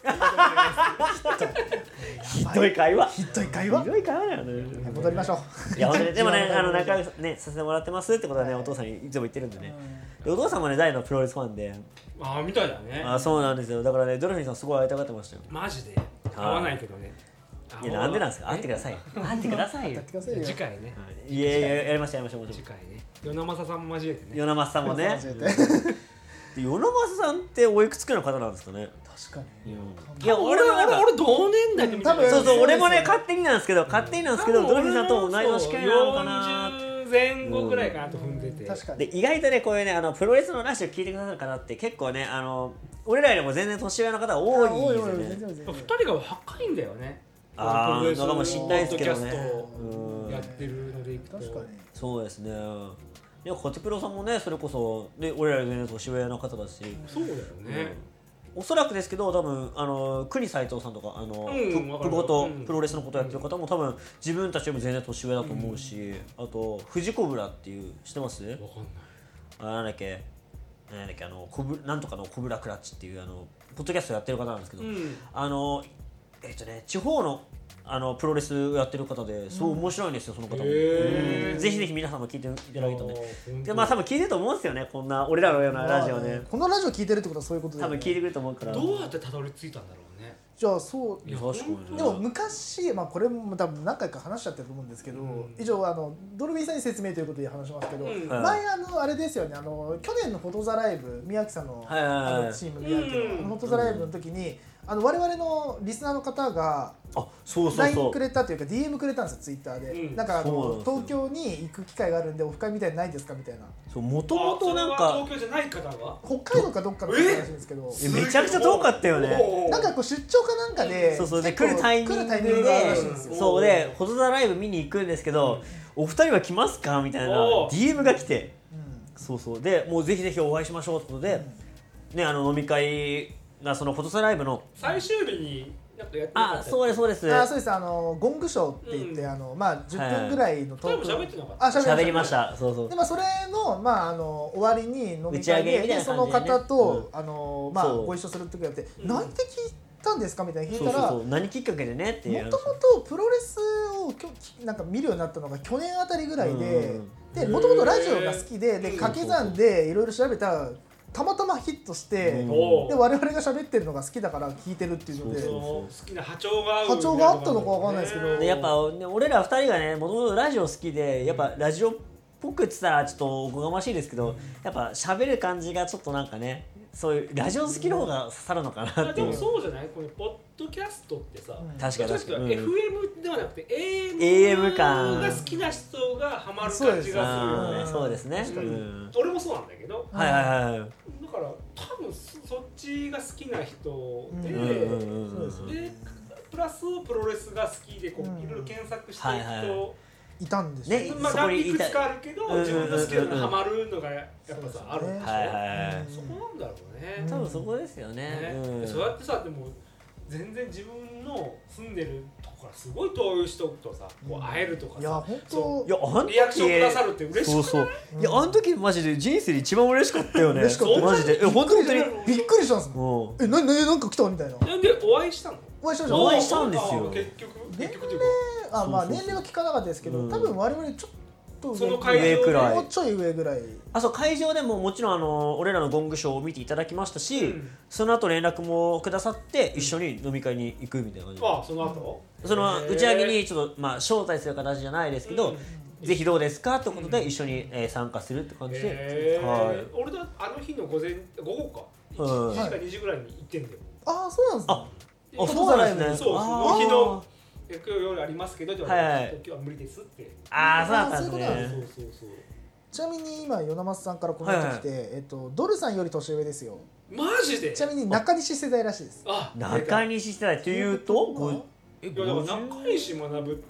Speaker 2: ひどい会話。
Speaker 1: ひどい会話。
Speaker 2: ひどい会話だよね。
Speaker 1: 戻りましょ
Speaker 2: う。いや本当にでもねあの仲良くねさせてもらってますってことはねお父さんにいつも言ってるんでね。でお父さんもね大のプロレスファンで。
Speaker 3: ああみたいだね。
Speaker 2: あそうなんですよ。だからねドルフィンさんすごい会いたがってましたよ。
Speaker 3: マジで。会わないけどね。
Speaker 2: いやなんでなんですか。会ってください。会ってくださいよ。
Speaker 3: 次回ね。
Speaker 2: いやいややりましたやりましたもちろん。
Speaker 3: 次回ね。与那政さんも交えてね。
Speaker 2: 与那政さんもね。与那政さんっておいくつくらいの方なんですかね。
Speaker 1: 確かに。
Speaker 3: いや俺俺俺同年代で見てる。
Speaker 2: そうそう俺もね勝手になんですけど勝手になんですけどドルフィンさんと同い年くらいなのかな。
Speaker 3: よんじゅうぜん後ぐらいかなと踏んでて。
Speaker 1: 確かに。
Speaker 2: で意外とねこういうねあのプロレスのラジオ聞いてくださる方って結構ねあの俺らよりも全然年上の方多いですよね。
Speaker 3: ふたりが若いんだよね。
Speaker 2: ああのかもしんないですけどね。
Speaker 3: やってるのでいくと。
Speaker 1: 確かに。
Speaker 2: そうですね。いやコテプロさんもねそれこそで俺らより全然年上の方だし。
Speaker 3: そうだよね。
Speaker 2: おそらくですけど多分あの国斉藤さんとかあの久保とプロレスのことやってる方も多分自分たちよりも全然年上だと思うし、あと藤子ブラっていう知ってます？わかんない。あなんだっけなんだっけあのコブなんとかのコブラクラッチっていうあのポッドキャストやってる方なんですけど、あのえっとね地方のあのプロレスやってる方ですごい面白いんですよ、その方も。ぜひぜひ皆さんも聞いていただけたらね。でまあ多分聞いてると思うんですよね、こんな俺らのようなラジオね。
Speaker 1: このラジオ聞いてるってことはそういうことで、
Speaker 2: 多分聞いてくると思うから。
Speaker 3: どうやってたどり着いたんだろうね。
Speaker 1: じゃあそう
Speaker 2: いや確かに。
Speaker 1: でも昔、まあ、これも多分何回か話しちゃってると思うんですけど、うん、以上あのドルビーさんに説明ということで話しますけど、うん、前あのあれですよね、あの去年のフォトザライブ宮城さんの、はいはいはい、あのチーム宮城の、うん、フォトザライブの時に、あの我々のリスナーの方が
Speaker 2: あそうそうそう
Speaker 1: ライン くれたというか ディーエム くれたんですよ、ツイッターで、うん、なんかあの東京に行く機会があるんでオフ会みたいにないですかみたいな。
Speaker 2: そうもともとなんか
Speaker 3: 東京じゃない方が
Speaker 1: 北海道かどっかの方らしいんですけど、
Speaker 2: めちゃくちゃ遠かったよね。
Speaker 1: なんかこう出張かなんかで
Speaker 2: そうそうで来るタイミングでそうでフォトザライブ見に行くんですけど、うん、お二人は来ますかみたいな ディーエム が来て、うん、そうそうでもうぜひぜひお会いしましょうってことで、うん、ねあの飲み会がそのフォトザライブの
Speaker 3: 最終日になんかやってなかった。
Speaker 2: あそうですそうです。
Speaker 1: あそうです、あのゴングショーって言って、うん、あのまあじゅっぷんぐらいのトーク、
Speaker 3: はい、喋ってなかった。
Speaker 1: あ
Speaker 2: 喋りました。そうそう。
Speaker 1: でまあそれのまああの終わりに飲み会で、でその方と、うん、あのまあご一緒する時があって、うん、何で聞いたんですかみたいな聞いたら、
Speaker 2: そうそうそう何きっかけでねっていう。
Speaker 1: もともとプロレスをなんか見るようになったのが去年あたりぐらいで、でもともとラジオが好きで、で掛け算でいろいろ調べた。たまたまヒットして、うん、で我々が喋ってるのが好きだから聞いてるっていうので、
Speaker 3: 好きな波長が合う
Speaker 1: 波長があったのかわかんないですけど、
Speaker 2: でやっぱ、ね、俺らふたりがねもともとラジオ好きでやっぱラジオっぽくって言ったらちょっとおこがましいですけど、やっぱ喋る感じがちょっとなんかねそういうラジオ好きの方が刺さるのかなっていう。
Speaker 3: でもそうじゃない、これポッドキャストってさ、うん、
Speaker 2: 確かに確かに、
Speaker 3: エフエム ではなくて エーエム
Speaker 2: 感
Speaker 3: が好きな人がハマる感じがするよね。
Speaker 2: そうですね、
Speaker 3: うん、俺もそうなんだけど、
Speaker 2: はいはいはい、
Speaker 3: だから多分そっちが好きな人で、でプラスプロレスが好きでこういろいろ検索していくと、はいはい
Speaker 1: いたんです
Speaker 3: ね。まあいくつかあるけど自分の好きなのがハマるのがやっぱさあるんでしょ。そこなんだろうね。
Speaker 2: 多分そこですよね。
Speaker 3: そうやってさでも全然自分の住んでるとこからすごい遠い人とさこう会えるとかさ、
Speaker 1: いや本当
Speaker 2: いやあの時
Speaker 3: リアクションくださるって嬉しくない？
Speaker 2: そうそう、うん、いやあの時マジで人生で一番嬉しかったよね。
Speaker 1: 嬉しかった
Speaker 2: マジで。え本当に
Speaker 1: びっくりしたんですもん。えなになんか来たみたいな。
Speaker 3: なんでお会いしたの？
Speaker 1: お会いしたんですよ。
Speaker 2: お会いしたんですよ。
Speaker 3: 結局結局
Speaker 1: というかあまあ年齢は聞かなかったですけど、多分我々ちょっと
Speaker 3: その会場
Speaker 2: 上くらい、
Speaker 1: もうちょい上ぐらい。
Speaker 2: あそう会場でももちろんあの俺らのゴングショーを見ていただきましたし、うん、その後連絡もくださって一緒に飲み会に行くみたいな感じで、
Speaker 3: あその後
Speaker 2: その打ち上げにちょっとまあ招待する形じゃないですけど、うん、ぜひどうですかってことで一緒に、えー、参加するって感じで、
Speaker 3: はい、俺だあの日の午前午後かいちじかにじぐらいに行ってんだよ。
Speaker 1: ああそうなんですね。
Speaker 2: ああそうなんですね。
Speaker 3: そうその日の今日夜ありますけど、はいはい、今日は無理ですって。
Speaker 2: ああ、そうだったんですね。
Speaker 3: そうそうそう。
Speaker 1: ちなみに今与那松さんからコメント来て、はいはい、えっとドルさんより年上ですよ。
Speaker 3: マジで？
Speaker 1: ちなみに中西世代らしいです。
Speaker 2: あ、中西世代というと、
Speaker 3: いやだから中西学って、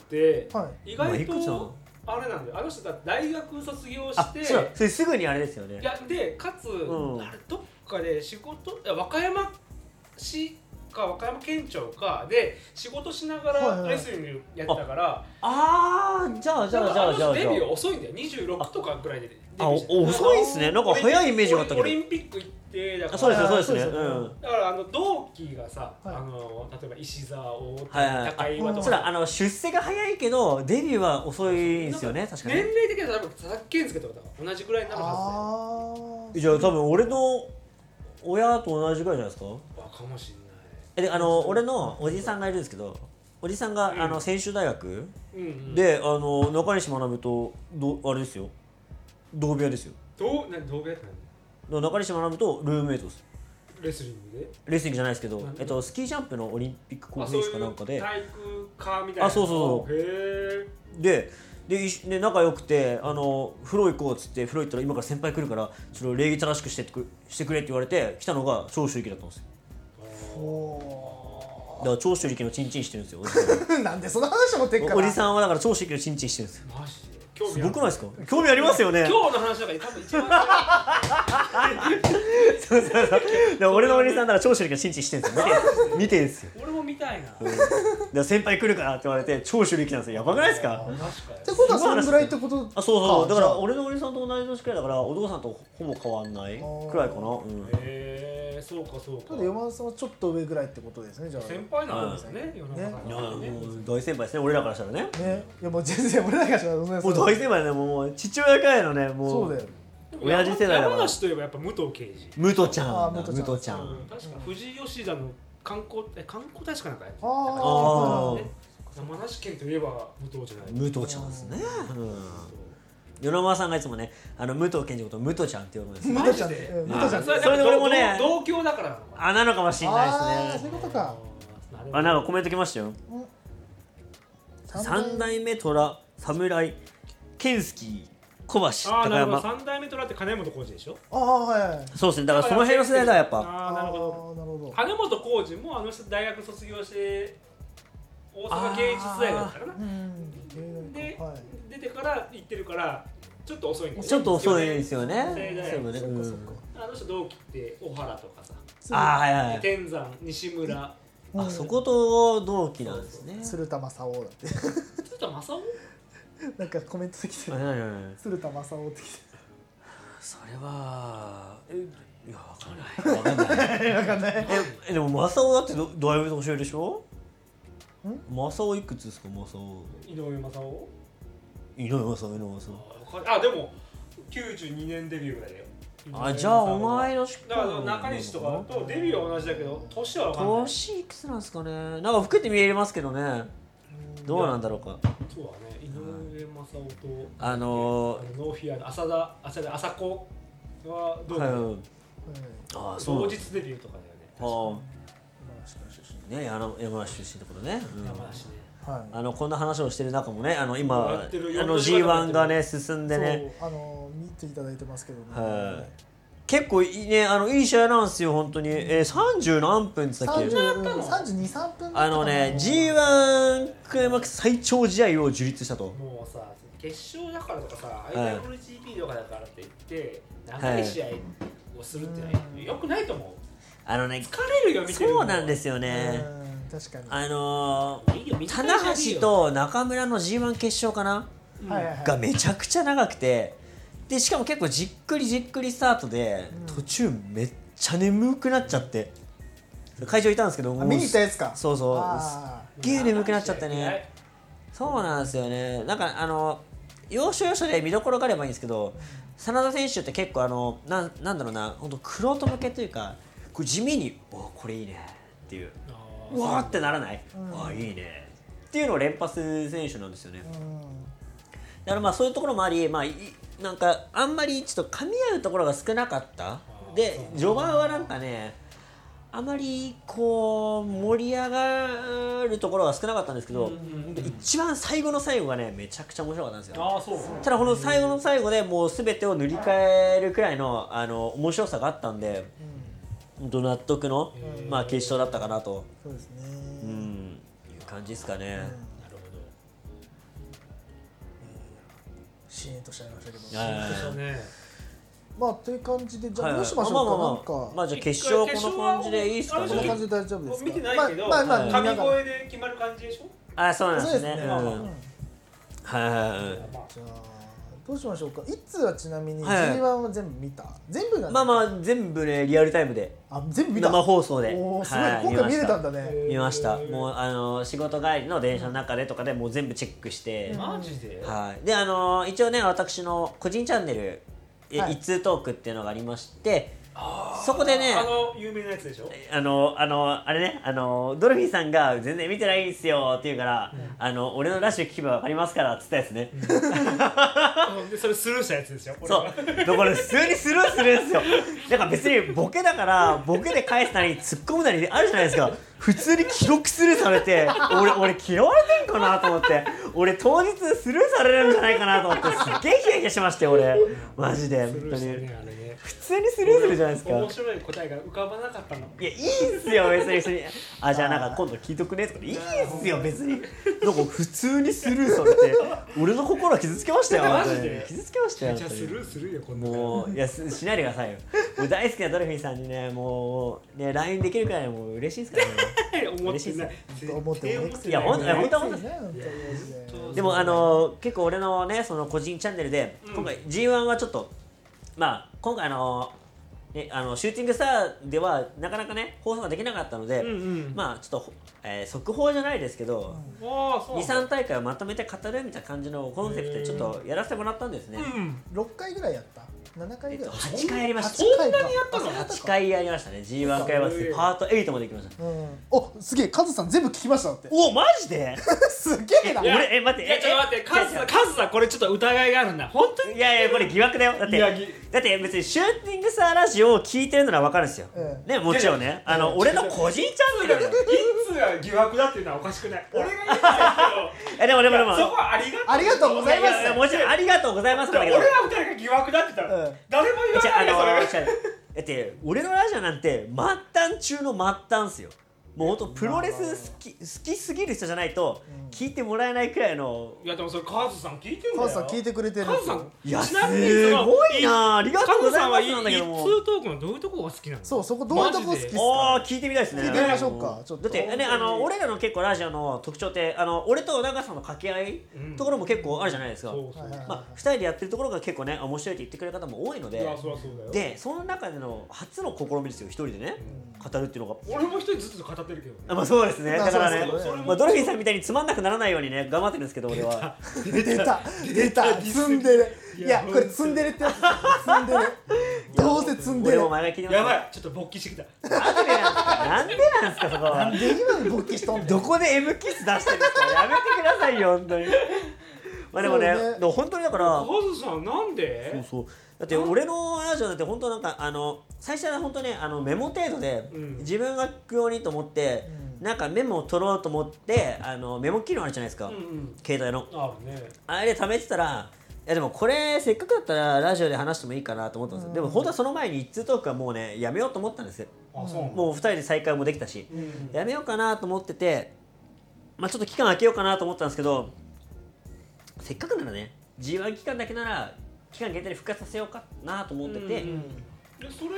Speaker 3: はい、意外とあれなんだよ。あの人だ大学卒業して、
Speaker 2: そうそれすぐにあれですよね。
Speaker 3: いやでかつ、うん、あれどっかで仕事和歌山市和歌山県庁かで仕事しながらレスリングやってたから、
Speaker 2: ああじゃあじゃあじゃあじゃあ
Speaker 3: デビュー遅いんだよ。にじゅうろくとかぐらいでデビューして。
Speaker 2: あ遅いですね。なんか早いイメージがあったけど。
Speaker 3: オリンピック行ってだから
Speaker 2: そうですねそうですね。うん。
Speaker 3: だからあの同期がさ、あの例えば石沢大高岩とか、
Speaker 2: そうだあの出世が早いけどデビューは遅いんですよね確かに。
Speaker 3: 年齢的には多分佐々木健介とか同じぐらいになるは
Speaker 2: ずで。じゃあ多分俺の親と同じぐらいじゃないですか。
Speaker 3: かもしれない。
Speaker 2: であの俺のおじさんがいるんですけど、おじさんが、うん、あの専修大学、うんうん、であの中西学とどあれですよ同部屋ですよ。
Speaker 3: どうな同部屋って
Speaker 2: 何？中西学とルームメイトです。
Speaker 3: レスリングで？
Speaker 2: レスリングじゃないですけど、えっとスキージャンプのオリンピック候補選手かなんかで、
Speaker 3: 体育科みたいな。
Speaker 2: あそうそうそう。へえ。ででで仲良くてあの風呂行こうっつって風呂行ったら今から先輩来るからちょっと礼儀正しくしてくしてくれって言われて来たのが長州力だったんですよ。だから長州力のチンチンしてるんですよ。
Speaker 1: なんでその話持ってっから。
Speaker 2: おじさんはだから長州力のチンチンしてるんですよ。
Speaker 3: マジで興味ある。
Speaker 2: すごくないですか？興味ありますよね。
Speaker 3: 今日の話の中で多分一番
Speaker 2: そうそうそうで俺のおじさんなら長州力のチンチンしてるんですよ。見てるんですよ。
Speaker 3: 俺も見たいな。
Speaker 2: うん、だから先輩来るからって言われて長州力なんですよ。やばくないですか？
Speaker 1: 確かに。ってことはそのぐらいってことか。
Speaker 2: あそうそう。だから俺のおじさんと同じ年くらいだからお父さんとほぼ変わんないくらいかな。うん、
Speaker 3: へーそうかそうか。
Speaker 1: ただ山田さんはちょっと上ぐらいってことですね。じゃあ
Speaker 3: 先輩なんですよね。世の中の
Speaker 2: ね。大先輩ですね。俺らからしたらね。
Speaker 1: ね。いやもう全然俺らからしたら
Speaker 2: もう大先輩ね。もう父親くらいのねもう。
Speaker 1: そうだよ。
Speaker 2: 親父世代だから。
Speaker 3: 山梨といえばやっぱ武藤刑事。
Speaker 2: 武藤ちゃん。
Speaker 1: 武
Speaker 2: 藤ちゃん。
Speaker 3: 確か富士吉田の観光え観光大使かなんかやってた。
Speaker 1: ああ。
Speaker 3: 山梨県といえば武藤じゃない。
Speaker 2: 武藤ちゃんですね。与那間さんがいつもね、あの武藤健二のことを武藤ちゃんって呼ぶんですよ。
Speaker 1: 武藤ちゃんで、武藤ちゃん。
Speaker 2: それで俺もね、
Speaker 3: 同郷だからなのかな。
Speaker 2: あ、なのかもしれないですね。
Speaker 1: あ、そういうことか。
Speaker 2: あ、なんかコメント来ましたよ。三代目虎、侍、健介、小橋、
Speaker 3: 高山。三代目虎って金本浩二でしょ。
Speaker 1: ああ、はいはい。
Speaker 2: そうですね。だからその辺の世代だやっぱ。
Speaker 3: ああ、なるほど。金本浩二もあの人大学卒業して大阪芸術大学だったかな。で。出てから行ってるからちょっと遅いんです
Speaker 2: よ。ちょっと遅いですよね。
Speaker 3: あの人同期って小原とかさ、
Speaker 2: あはいはい。
Speaker 3: 天山西村、
Speaker 2: あそこと同期なんですね。
Speaker 1: 鶴田正夫だって。
Speaker 3: 鶴田正夫？
Speaker 1: なんかコメントできてる。鶴田正夫ってきてる。
Speaker 2: それはえいやわかんない。わかんない。
Speaker 1: わかんない。
Speaker 2: えでも正夫だってどだいぶ年上でしょ？正夫いくつですか正夫？
Speaker 3: 井上正夫？
Speaker 2: 井上正夫井上正
Speaker 3: 夫。あでもきゅうじゅうにねんデビューぐらいだよ。
Speaker 2: あじゃあお前のし
Speaker 3: だから中西とかとデビューは同じだけど年は分かんない。
Speaker 2: 年いくつなんですかね。なんか老けて見えますけどね。どうなんだろうか。
Speaker 3: そうだね。井上正夫と
Speaker 2: あの
Speaker 3: ー、ノーフィアの浅田浅田浅子はどうだろう。
Speaker 2: ああそう。
Speaker 3: 同日デビューとかだよね。
Speaker 2: はあ。ね山山梨出身ってことね。
Speaker 3: 山梨ね。
Speaker 2: はい、あのこんな話をしてる中もね、あの今あの ジーワン がね進んでね、
Speaker 1: あの見ていただいてますけどね。
Speaker 2: はい、結構いいねあのいい試合なんですよ本当に。えー、さんじゅう何分って言ったっけ？
Speaker 1: さんじゅうに、さんぷん。
Speaker 2: あのね ジーワン クライマックス最長試合を樹立したと。
Speaker 3: もうさ決勝だからとかさ アイダブリュージーピー とかだからって言って長い試合をするってのはよくないと思う。
Speaker 2: あのね
Speaker 3: 疲れるよ見てる。
Speaker 2: そうなんですよね。
Speaker 1: 確かに
Speaker 2: あのー、棚橋と中村の ジーワン 決勝かな、うん、がめちゃくちゃ長くて、でしかも結構じっくりじっくりスタートで、うん、途中めっちゃ眠くなっちゃって会場いたんですけど、
Speaker 1: 見に行ったやつか。
Speaker 2: そうそうすっげえ眠くなっちゃってね。そうなんですよね。なんかあの要所要所で見どころがあればいいんですけど、真田選手って結構あのななんだろうな、本当玄人向けというか、これ地味におこれいいねっていう、うわーってならない、うん、あいいねっていうのを連発選手なんですよね。うん、だからまあそういうところもあり、まあなんかあんまりちょっと噛み合うところが少なかった。で序盤はなんかね、あまりこう盛り上がるところが少なかったんですけど、うんうんうん、一番最後の最後がねめちゃくちゃ面白かったんですよ。
Speaker 3: あそう
Speaker 2: ただこの最後の最後でもう全てを塗り替えるくらいのあの面白さがあったんで、本当納得の、まあ、決勝だったかなと、
Speaker 1: そうですね、
Speaker 2: うん、いう感じですかね。うん、なるほど。
Speaker 1: シーンとしちゃいましたけど。
Speaker 3: シーンとしたね。
Speaker 1: まあという感じで、じゃあどうしましょうか。はいはい、なんか
Speaker 2: まあじゃあ決勝この感じでいいですかね。
Speaker 1: この感じで大丈夫ですか。
Speaker 3: 見てないけど、まあまあ神声で決まる感じでしょ。
Speaker 2: あ、そうなんですね。はいはいはい。
Speaker 1: じゃあどうしましょうか。いつはちなみに ジーワン は全部見た？全部なん
Speaker 2: まあまあ全部ねリアルタイムで。
Speaker 1: あ、全部見た。
Speaker 2: 生放送で。
Speaker 1: おお、すごい、はい、今回見れたんだね。
Speaker 2: 見ました。もうあの仕事帰りの電車の中でとかでもう全部チェックして。
Speaker 3: マジで？
Speaker 2: はい。であの一応ね私の個人チャンネル。はい、一通トークっていうのがありまして、そこでね、
Speaker 3: あの有名なやつでしょ。
Speaker 2: あのあのあれね、あのドルフィンさんが全然見てないんすよって言うから、うん、あの俺のラッシュ聞けばわかりますからっつったやつね。うん、
Speaker 3: でそれスルーしたやつですよ。
Speaker 2: そう。だから普通にスルーするんですよ。だから別にボケだからボケで返すなり突っ込むなりあるじゃないですか。普通に記録スルーされて、俺俺嫌われてんかなと思って、俺当日スルーされるんじゃないかなと思ってすっげえヒヤヒヤしまして俺マジで本当に。普通にスルーするじゃないですか。
Speaker 3: 面白い答えが浮かばなかったの。
Speaker 2: いやいいっすよ別に別に。あじゃあなんか今度聞いとくねとかでいいっすよ別に。なんか普通にスルーされて俺の心は傷つけましたよ。
Speaker 3: マジで
Speaker 2: 傷つけましたよ。
Speaker 3: じゃあスルーするよ今度。
Speaker 2: もういやしないでくださいよ。もう大好きなドルフィンさんにねもうね ライン できるくらいもう嬉しいですからね。
Speaker 3: 思ってない。
Speaker 1: 思ってない。
Speaker 2: いや本当本当本当。でもあの結構俺のねその個人チャンネルで今回 ジーワン はちょっとまあ今回あのね、あのシューティングスターではなかなかね放送ができなかったので、うんうん、まあちょっと、えー、速報じゃないですけど、うん、にさん大会をまとめて語るみたいな感じのコンセプトでちょっとやらせてもらったんですね。
Speaker 1: うん、ろっかいぐらいやった？ななかいぐらい、えっと、
Speaker 2: はちかいやりました。
Speaker 3: そんなにやったの？
Speaker 2: はちかいやりましたね。 ジーワン 回はパートエイトまで行きました。
Speaker 1: うん、おすげえカズさん全部聞きましたって。
Speaker 2: おマジです
Speaker 1: げえな。
Speaker 2: 俺え待って
Speaker 3: えちょっと待ってカズさんカズさんこれちょっと疑いがあるんだ本当に。
Speaker 2: いやいやこれ疑惑だよ。だってだって別にシューティングスターラジオを聞いてるなら分かるんですよ、うん、ねもちろんねあの俺の個人チャンネルだよ。
Speaker 3: いつが疑惑だっていうのはおかしくない。俺が言ってたけど
Speaker 2: えでもでもでも
Speaker 3: そこはありがとう
Speaker 1: ありがとうございます。
Speaker 2: いやもちろんありがとうございますだけど
Speaker 3: 俺ら二人が疑惑だって言ったら、うん、誰も言わないよそれ。
Speaker 2: だって俺のラジオなんて末端中の末端っすよ。もうほんとプロレス好き、好きすぎる人じゃないと聞いてもらえないくらいの。
Speaker 3: いやでもそれカズさん聞いてるんだよ。
Speaker 1: カズさん聞いてくれてるんですよ。
Speaker 2: いやすごいなありがとうございますなんだけども。
Speaker 3: カズさんは一通トークのどういうとこが好きなの？
Speaker 1: そうそこどういうとこ好きっすか？
Speaker 2: ああ聞いてみたいですね。
Speaker 1: 聞いてみましょうか。ちょっと
Speaker 2: だってねあの俺らの結構ラジオの特徴ってあの俺と長さんの掛け合いところも結構あるじゃないですか。まあふたりでやってるところが結構ね面白いって言ってくれる方も多いので。でその中での初の試みですよ。一人でね語るっていうのが。
Speaker 3: 俺も一人ずつ語ってるけどね。
Speaker 2: まあそうですね。だからね、まあドルフィンさんみたいにつまんなくならないようにね頑張ってるんですけど俺は。
Speaker 1: 出た出たツンデレ。いやこれツンデレってやつ。ツンデレ。どうせツンデレ。
Speaker 2: お前が聞いてます。
Speaker 3: やばいちょっと勃起してきた。
Speaker 2: なんでなんですか。なんでなんですかそこは。
Speaker 1: なんで今に勃起しとんの。
Speaker 2: どこで M キス出してるんですか。やめてくださいよ本当に。まあでもね、でも本当にだから。
Speaker 3: カズさんなんで？
Speaker 2: そうそう。だって俺のラジオだって本当なんかあの最初は本当ねあのメモ程度で自分が聞くようにと思って、うん、なんかメモを取ろうと思ってあのメモ機能あるじゃないですか、うんうん、携帯の
Speaker 3: あるね。
Speaker 2: あれで貯めてたらいやでもこれせっかくだったらラジオで話してもいいかなと思ったんですよ、うん、でも本当はその前に一通トークはもうねやめようと思ったんですよ。
Speaker 3: あそう
Speaker 2: もうふたりで再会もできたし、うんうん、やめようかなと思ってて、まあ、ちょっと期間空けようかなと思ったんですけどせっかくならね ジーワン 期間だけなら期間限定で復活させようかなと思ってて、うんうん、
Speaker 3: でそれ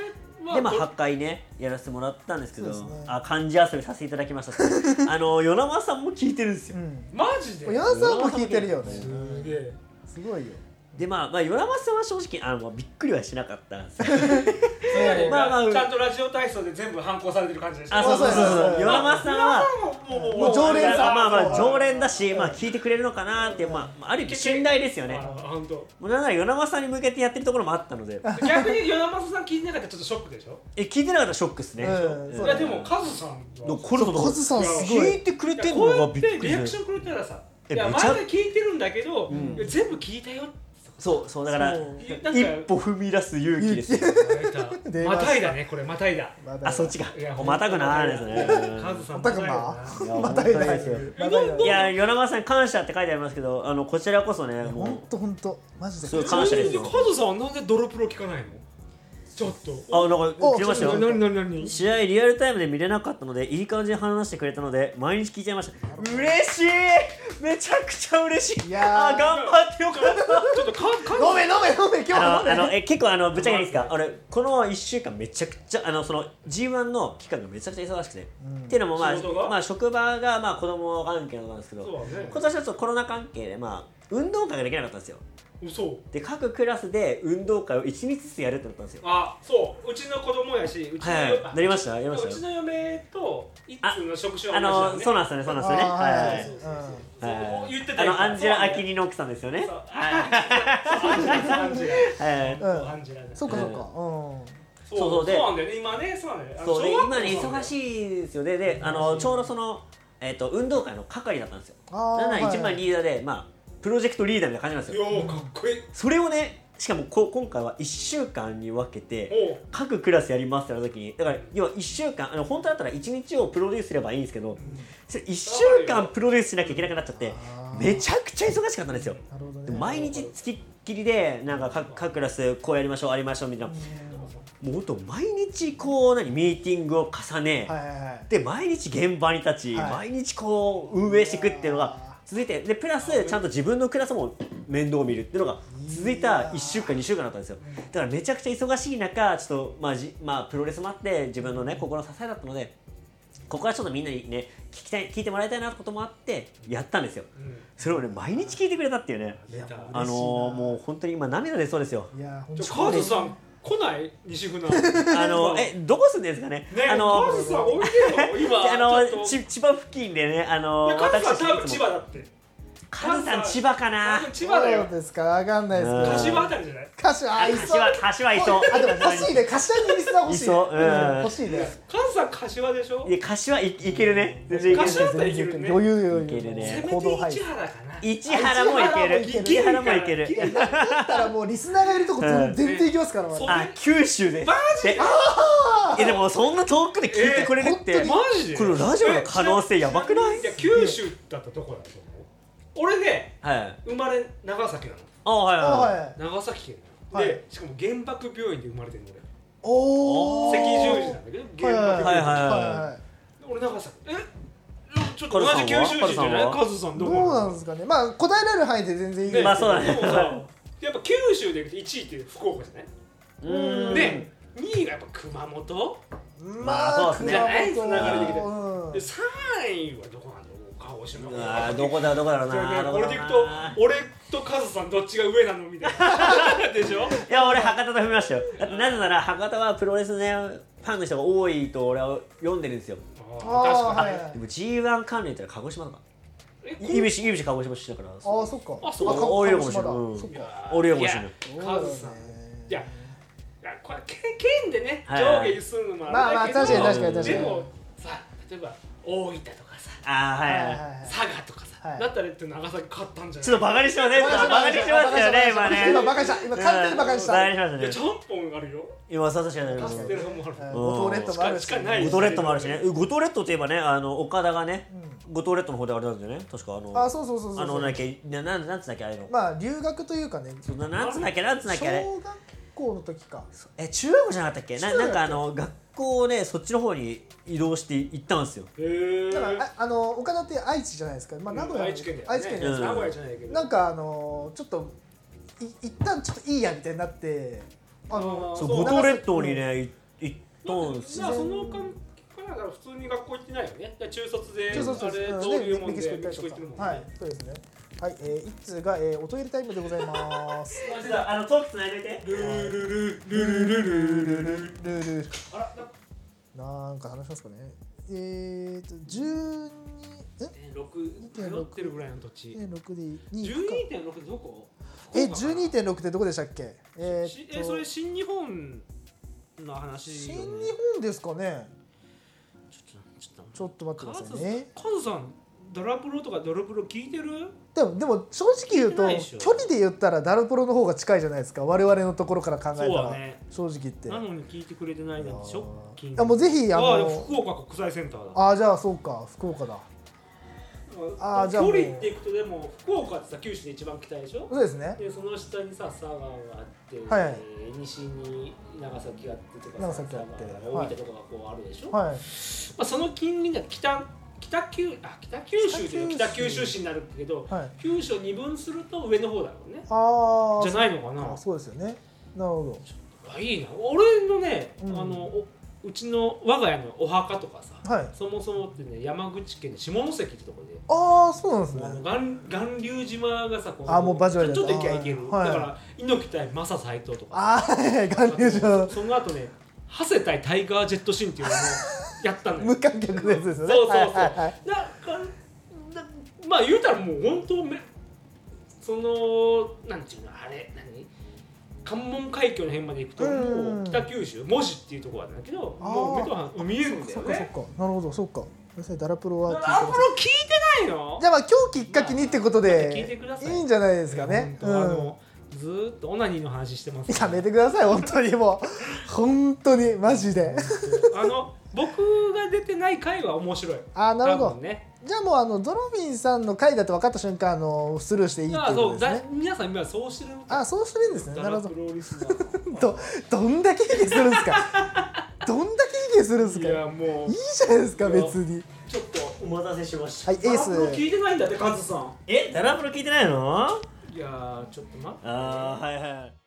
Speaker 2: でまあはっかいねやらせてもらったんですけど、あ漢字遊びさせていただきましたってあの与那間さんも聞いてるんですよ。
Speaker 3: マジで
Speaker 1: 与那さんも聞いてるよね。
Speaker 3: すげえ
Speaker 1: すごいよ。
Speaker 2: でまあまあ与那間さんは正直あのびっくりはしなかったんですよ。
Speaker 3: まあまあちゃんとラジオ体操で全部反抗されてる感じでしょ。
Speaker 2: あそうそうそうそう。与那間さんは
Speaker 1: もう常連さん、
Speaker 2: まあまあ常連だし、まあ聞いてくれるのかなってまあある意味信頼ですよね。
Speaker 3: 本当。
Speaker 2: もうなんなら与那間さんに向けてやってるところもあったので。
Speaker 3: 逆に与那間さん聞いてなかったらちょっとショックでしょ。
Speaker 2: え聞いてなかったらショックですね。
Speaker 3: いやでもカズさんは
Speaker 2: これ
Speaker 1: カズさんすごい
Speaker 2: 聞いてくれてんのがびっくりする。
Speaker 3: リアクションくれたらさ、いや毎回聞いてるんだけど全部聞いたよ。
Speaker 2: そうそうだから一歩踏み出す勇気ですよ。
Speaker 3: またいだねこれまたいだ。
Speaker 2: あそっちか。またぐなーですね。
Speaker 3: カズさん
Speaker 1: またぐな。またいだですよ。
Speaker 2: いや与那間さん感謝って書いてありますけど、あのこちらこそねもう
Speaker 1: 本当本当マジで
Speaker 2: 感謝ですよ。
Speaker 3: カズさんはなんでドロプロ聞かないの？ちょっと
Speaker 2: あなんか聞きましたよ。
Speaker 3: 何何何
Speaker 2: 試合リアルタイムで見れなかったのでいい感じに話してくれたので毎日聞いちゃいました。嬉しい、めちゃくちゃ嬉しい。いやー頑張ってよかった。
Speaker 3: ちょっとか
Speaker 1: 飲め飲め飲め今日
Speaker 2: あのあのえ結構あのぶっちゃけいいですか。俺このいっしゅうかんめちゃくちゃあのその ジーワン の期間がめちゃくちゃ忙しくて、っていうのもまあまあ職場がまあ子供関係のなんですけど、今年はちょっとコロナ関係でまあ運動会ができなかったんですよ。で各クラスで運動会をいちにちずつやるってなったんですよ。
Speaker 3: あ、そううちの子供やし、うちの
Speaker 2: はいなりましたやりました。
Speaker 3: うちの嫁と一通の職種
Speaker 2: は同じだね。あのそうなんですよねそうなんですよね。
Speaker 3: はい。言ってた。
Speaker 2: あのアンジェラ・アキニの奥さんですよね。
Speaker 3: アンジェラアンジェラ。アンジェラ。
Speaker 1: そうかそうか。
Speaker 2: そうそうで。
Speaker 3: そうなんだよね今ねそうなんだよ。
Speaker 2: そうで今ね忙しいですよ。でであのちょうどそのえっと運動会の係だったんですよ。なんなら一番リーダーでまあ。プロジェクトリーダーみたいな感じなんですよ。
Speaker 3: かっこいい。
Speaker 2: それをねしかもこ今回はいっしゅうかんに分けて各クラスやりますってなった時にだから要はいっしゅうかんあの本当だったらいちにちをプロデュースすればいいんですけど、それいっしゅうかんプロデュースしなきゃいけなくなっちゃってめちゃくちゃ忙しかったんですよ。で毎日つきっきりでなんか 各, 各クラスこうやりましょうありましょうみたいな。もうほんと毎日こう何ミーティングを重ね、はいはいはい、で毎日現場に立ち、はい、毎日こう運営していくっていうのが続いてでプラスちゃんと自分のクラスも面倒を見るっていうのが続いたいっしゅうかんにしゅうかんだったんですよ。だからめちゃくちゃ忙しい中ちょっとまあじ、まあ、プロレスもあって自分のね心の支えだったのでここはちょっとみんなにね聞きたい聞いてもらいたいなってこともあってやったんですよ。それをね毎日聞いてくれたっていうねあのー、もう本当に今涙出そうですよ。
Speaker 1: いや
Speaker 3: 本当カズさん来ない西船
Speaker 2: あのえどこ住んでるんですかね。
Speaker 3: ね
Speaker 2: あの
Speaker 3: カズさんおいでよ今
Speaker 2: あのち千葉付近でねあの
Speaker 3: カズさん多分千葉だって。
Speaker 2: カズさん千葉かな。
Speaker 3: 千葉だよ。
Speaker 1: そうですかわかんないですけど。
Speaker 3: 柏あたりじゃない。
Speaker 1: 柏あいそう。
Speaker 2: 柏柏いそう。
Speaker 1: あでも欲しいね柏にリスナー欲しい。いそう。欲しいね。
Speaker 3: カズさん柏でしょ。
Speaker 2: いや柏いいけるね。全然いける。
Speaker 3: 柏だいけるね。
Speaker 1: 余裕余裕。
Speaker 2: いけるね。
Speaker 3: せめて市原かな。
Speaker 2: 市原もいける。市原もいける。
Speaker 1: だったらもうリスナーがいるとこ全然行きますから。
Speaker 2: あ九州で。
Speaker 3: マジで。
Speaker 2: えでもそんな遠くで聞いてくれるって
Speaker 3: マジで。
Speaker 2: これラジオの可能性やばくない？
Speaker 3: いや九州だったとこだと思う。俺ね、
Speaker 2: はい、
Speaker 3: 生まれ長崎なの。
Speaker 2: あはいはい、
Speaker 3: 長崎県で、はい、しかも原爆病院で生まれてるの俺。
Speaker 1: おお。
Speaker 3: 赤十字なんだけど原爆病院。
Speaker 2: はい。
Speaker 3: 俺長崎。え、ちょっと同じ九州人じゃない？カズさんどう
Speaker 1: なんですかね。まあ答えられる範囲で全然いいですけど。
Speaker 2: まあそうだね。
Speaker 3: やっぱ九州でいちいって福岡じゃない？うん。でにいがやっぱ熊本。
Speaker 1: まあ
Speaker 2: そうですね。
Speaker 3: つながりできて。でさんいはどこなんだろう。
Speaker 2: あどこだどこだろうな。
Speaker 3: 俺でいくと俺とカズさんどっちが上なのみたいなでしょ。
Speaker 2: いや俺博多と踏みましたよ。だってなぜなら博多はプロレスねファンの人が多いと俺は読んでるんですよ。
Speaker 3: あ確か
Speaker 2: に。でも ジーワン 関連って鹿児島とか。いびしいびし鹿児島出身だから。
Speaker 1: ああそっか。
Speaker 3: あそうか。
Speaker 2: 俺よりもしれない。俺よりもしれない。
Speaker 3: カズさん。いやこれ県でね上下にするのも
Speaker 1: あるけど。まあまあ確かに確かに確かに。
Speaker 3: でもさ例えば大分とかさ。
Speaker 2: あはいはい。
Speaker 3: 佐賀とかさ、だったらって長崎買ったんじゃない？
Speaker 2: ちょっとバカにしてますね。バカにしてますよね今ね。
Speaker 1: 今バカにした。今完全にバカにした。
Speaker 2: バカにしましたね。
Speaker 3: ちゃんぽんあるよ。
Speaker 2: 今確かに。
Speaker 3: カステラもある。
Speaker 1: 五島列島もあるし。
Speaker 2: 五島列島もあるしね。五島列島といえばねあの岡田がね五島列島の方であれなんですよね。確かあの。
Speaker 1: あそうそうそうそう。
Speaker 2: あのなんだっけななんなんつうんだっけあれの。
Speaker 1: まあ留学というかね。
Speaker 2: なんつうんだっけなんつうんだっけあれ。
Speaker 1: 小学校の時か。
Speaker 2: え中学校じゃなかったっけ？ななんかあの学校をねそっちの方に移動して行ったんですよ。
Speaker 1: へえ。だからあの岡田って愛知じゃないですか。まあ名古屋
Speaker 3: 愛知県で
Speaker 1: 愛知県じゃないですか。
Speaker 3: 名古屋じゃないけど。
Speaker 1: なんかあのちょっとい一旦ちょっといいやみたいになって、
Speaker 2: あのそう五島列島にね行っ行ったんす。
Speaker 3: その関係から普通に学校行ってないよね。中卒で
Speaker 1: 中卒
Speaker 3: あれどういうもんでメキシコ行ってるもんね。
Speaker 1: はい、そうですね。はい、えー、一通が、えー、音入れタイムでございます。
Speaker 2: あのトークつないでて。ルルルルルルルルルルルル。あら、
Speaker 1: なんか話しますかね。えーとじゅうに
Speaker 3: えろく通ってるぐらいの土地。
Speaker 1: ろくでいい。
Speaker 3: じゅうにてんろく どこ？
Speaker 1: え、じゅうにてんろく ってどこでしたっけ？
Speaker 3: えー、えそれ新日本の話、
Speaker 1: ね。新日本ですかね。
Speaker 3: ちょっとちょっと
Speaker 1: ちょっと待ってくださいね。
Speaker 3: カズさん。ダラプロとかドロプロ聞いてる？
Speaker 1: でもでも正直言うと距離で言ったらダラプロの方が近いじゃないですか。我々のところから考えたら、ね、正直言って。
Speaker 3: なのに聞いてくれてないなんてショッキング。
Speaker 1: あもうぜひあの
Speaker 3: あ福岡国際センターだ。
Speaker 1: あじゃあそうか福岡だ。
Speaker 3: あじゃあ距離っていくとでも福岡ってさ九州で一番北でしょ。
Speaker 1: そうですね。
Speaker 3: でその下にさ佐賀があって、
Speaker 1: はい、
Speaker 3: 西に長崎があってとか
Speaker 1: 長崎あって
Speaker 3: 大分とかがこうあるでしょ。
Speaker 1: はい。ま
Speaker 3: あその近隣が北北九あ北九州で北九州市になるけど、はい、九州を二分すると上の方だろうね。
Speaker 1: あ
Speaker 3: じゃないのかな。
Speaker 1: あそうですよね。なるほ
Speaker 3: ど。あいいな。俺のね、うん、あのうちの我が家のお墓とかさ、はい、そもそもってね山口県の下関ってとこで。
Speaker 1: ああそうなんですね。
Speaker 3: 巌流島がさこ
Speaker 1: あもうバジュアル
Speaker 3: ちょっと行きゃいける。はい、だから猪木対マサ斎藤とか。
Speaker 1: ああ巌流島。
Speaker 3: その後ね長谷対タイガージェットシーンっていうのもやったんだよ。
Speaker 1: 無観客のやつですよね。
Speaker 3: そうそうそう。はいはいはい、だからまあ言うたらもう本当めそのなんていうのあれ何関門海峡の辺まで行くともう北九州門司っていうところなんだけどもう目とは見えるんだよね。
Speaker 1: そっかそっかなるほどそっか。ダラプロは
Speaker 3: ダラプロ聞いてないの？
Speaker 1: じゃあまあ今日きっかけにってことで
Speaker 3: 聞いてください。
Speaker 1: いいんじゃないですかね。
Speaker 3: うん、あのずーっとオナニーの話してます、
Speaker 1: ね。やめてください本当にもう本当にマジで。
Speaker 3: あの僕が出てない回は面白い。
Speaker 1: あなるほど。
Speaker 3: ね。
Speaker 1: じゃあもうあのドロフィンさんの回だと分かった瞬間あのスルーしていいっていうことですね。
Speaker 3: 皆さん今そうしてる。
Speaker 1: あそうしてるんですね。なるほど。
Speaker 3: プロリスナー
Speaker 1: どどんだけ卑下するんですか。どんだけ卑下するんですか。
Speaker 3: いやもう
Speaker 1: いいじゃないですか別に。
Speaker 3: ちょっと
Speaker 2: お待たせしました。
Speaker 1: はいエース。
Speaker 3: ダラプロ聞いてないんだってカズさん。
Speaker 2: えダラプロ聞いてないの？
Speaker 3: いやちょっと待って。
Speaker 2: ああはいはい。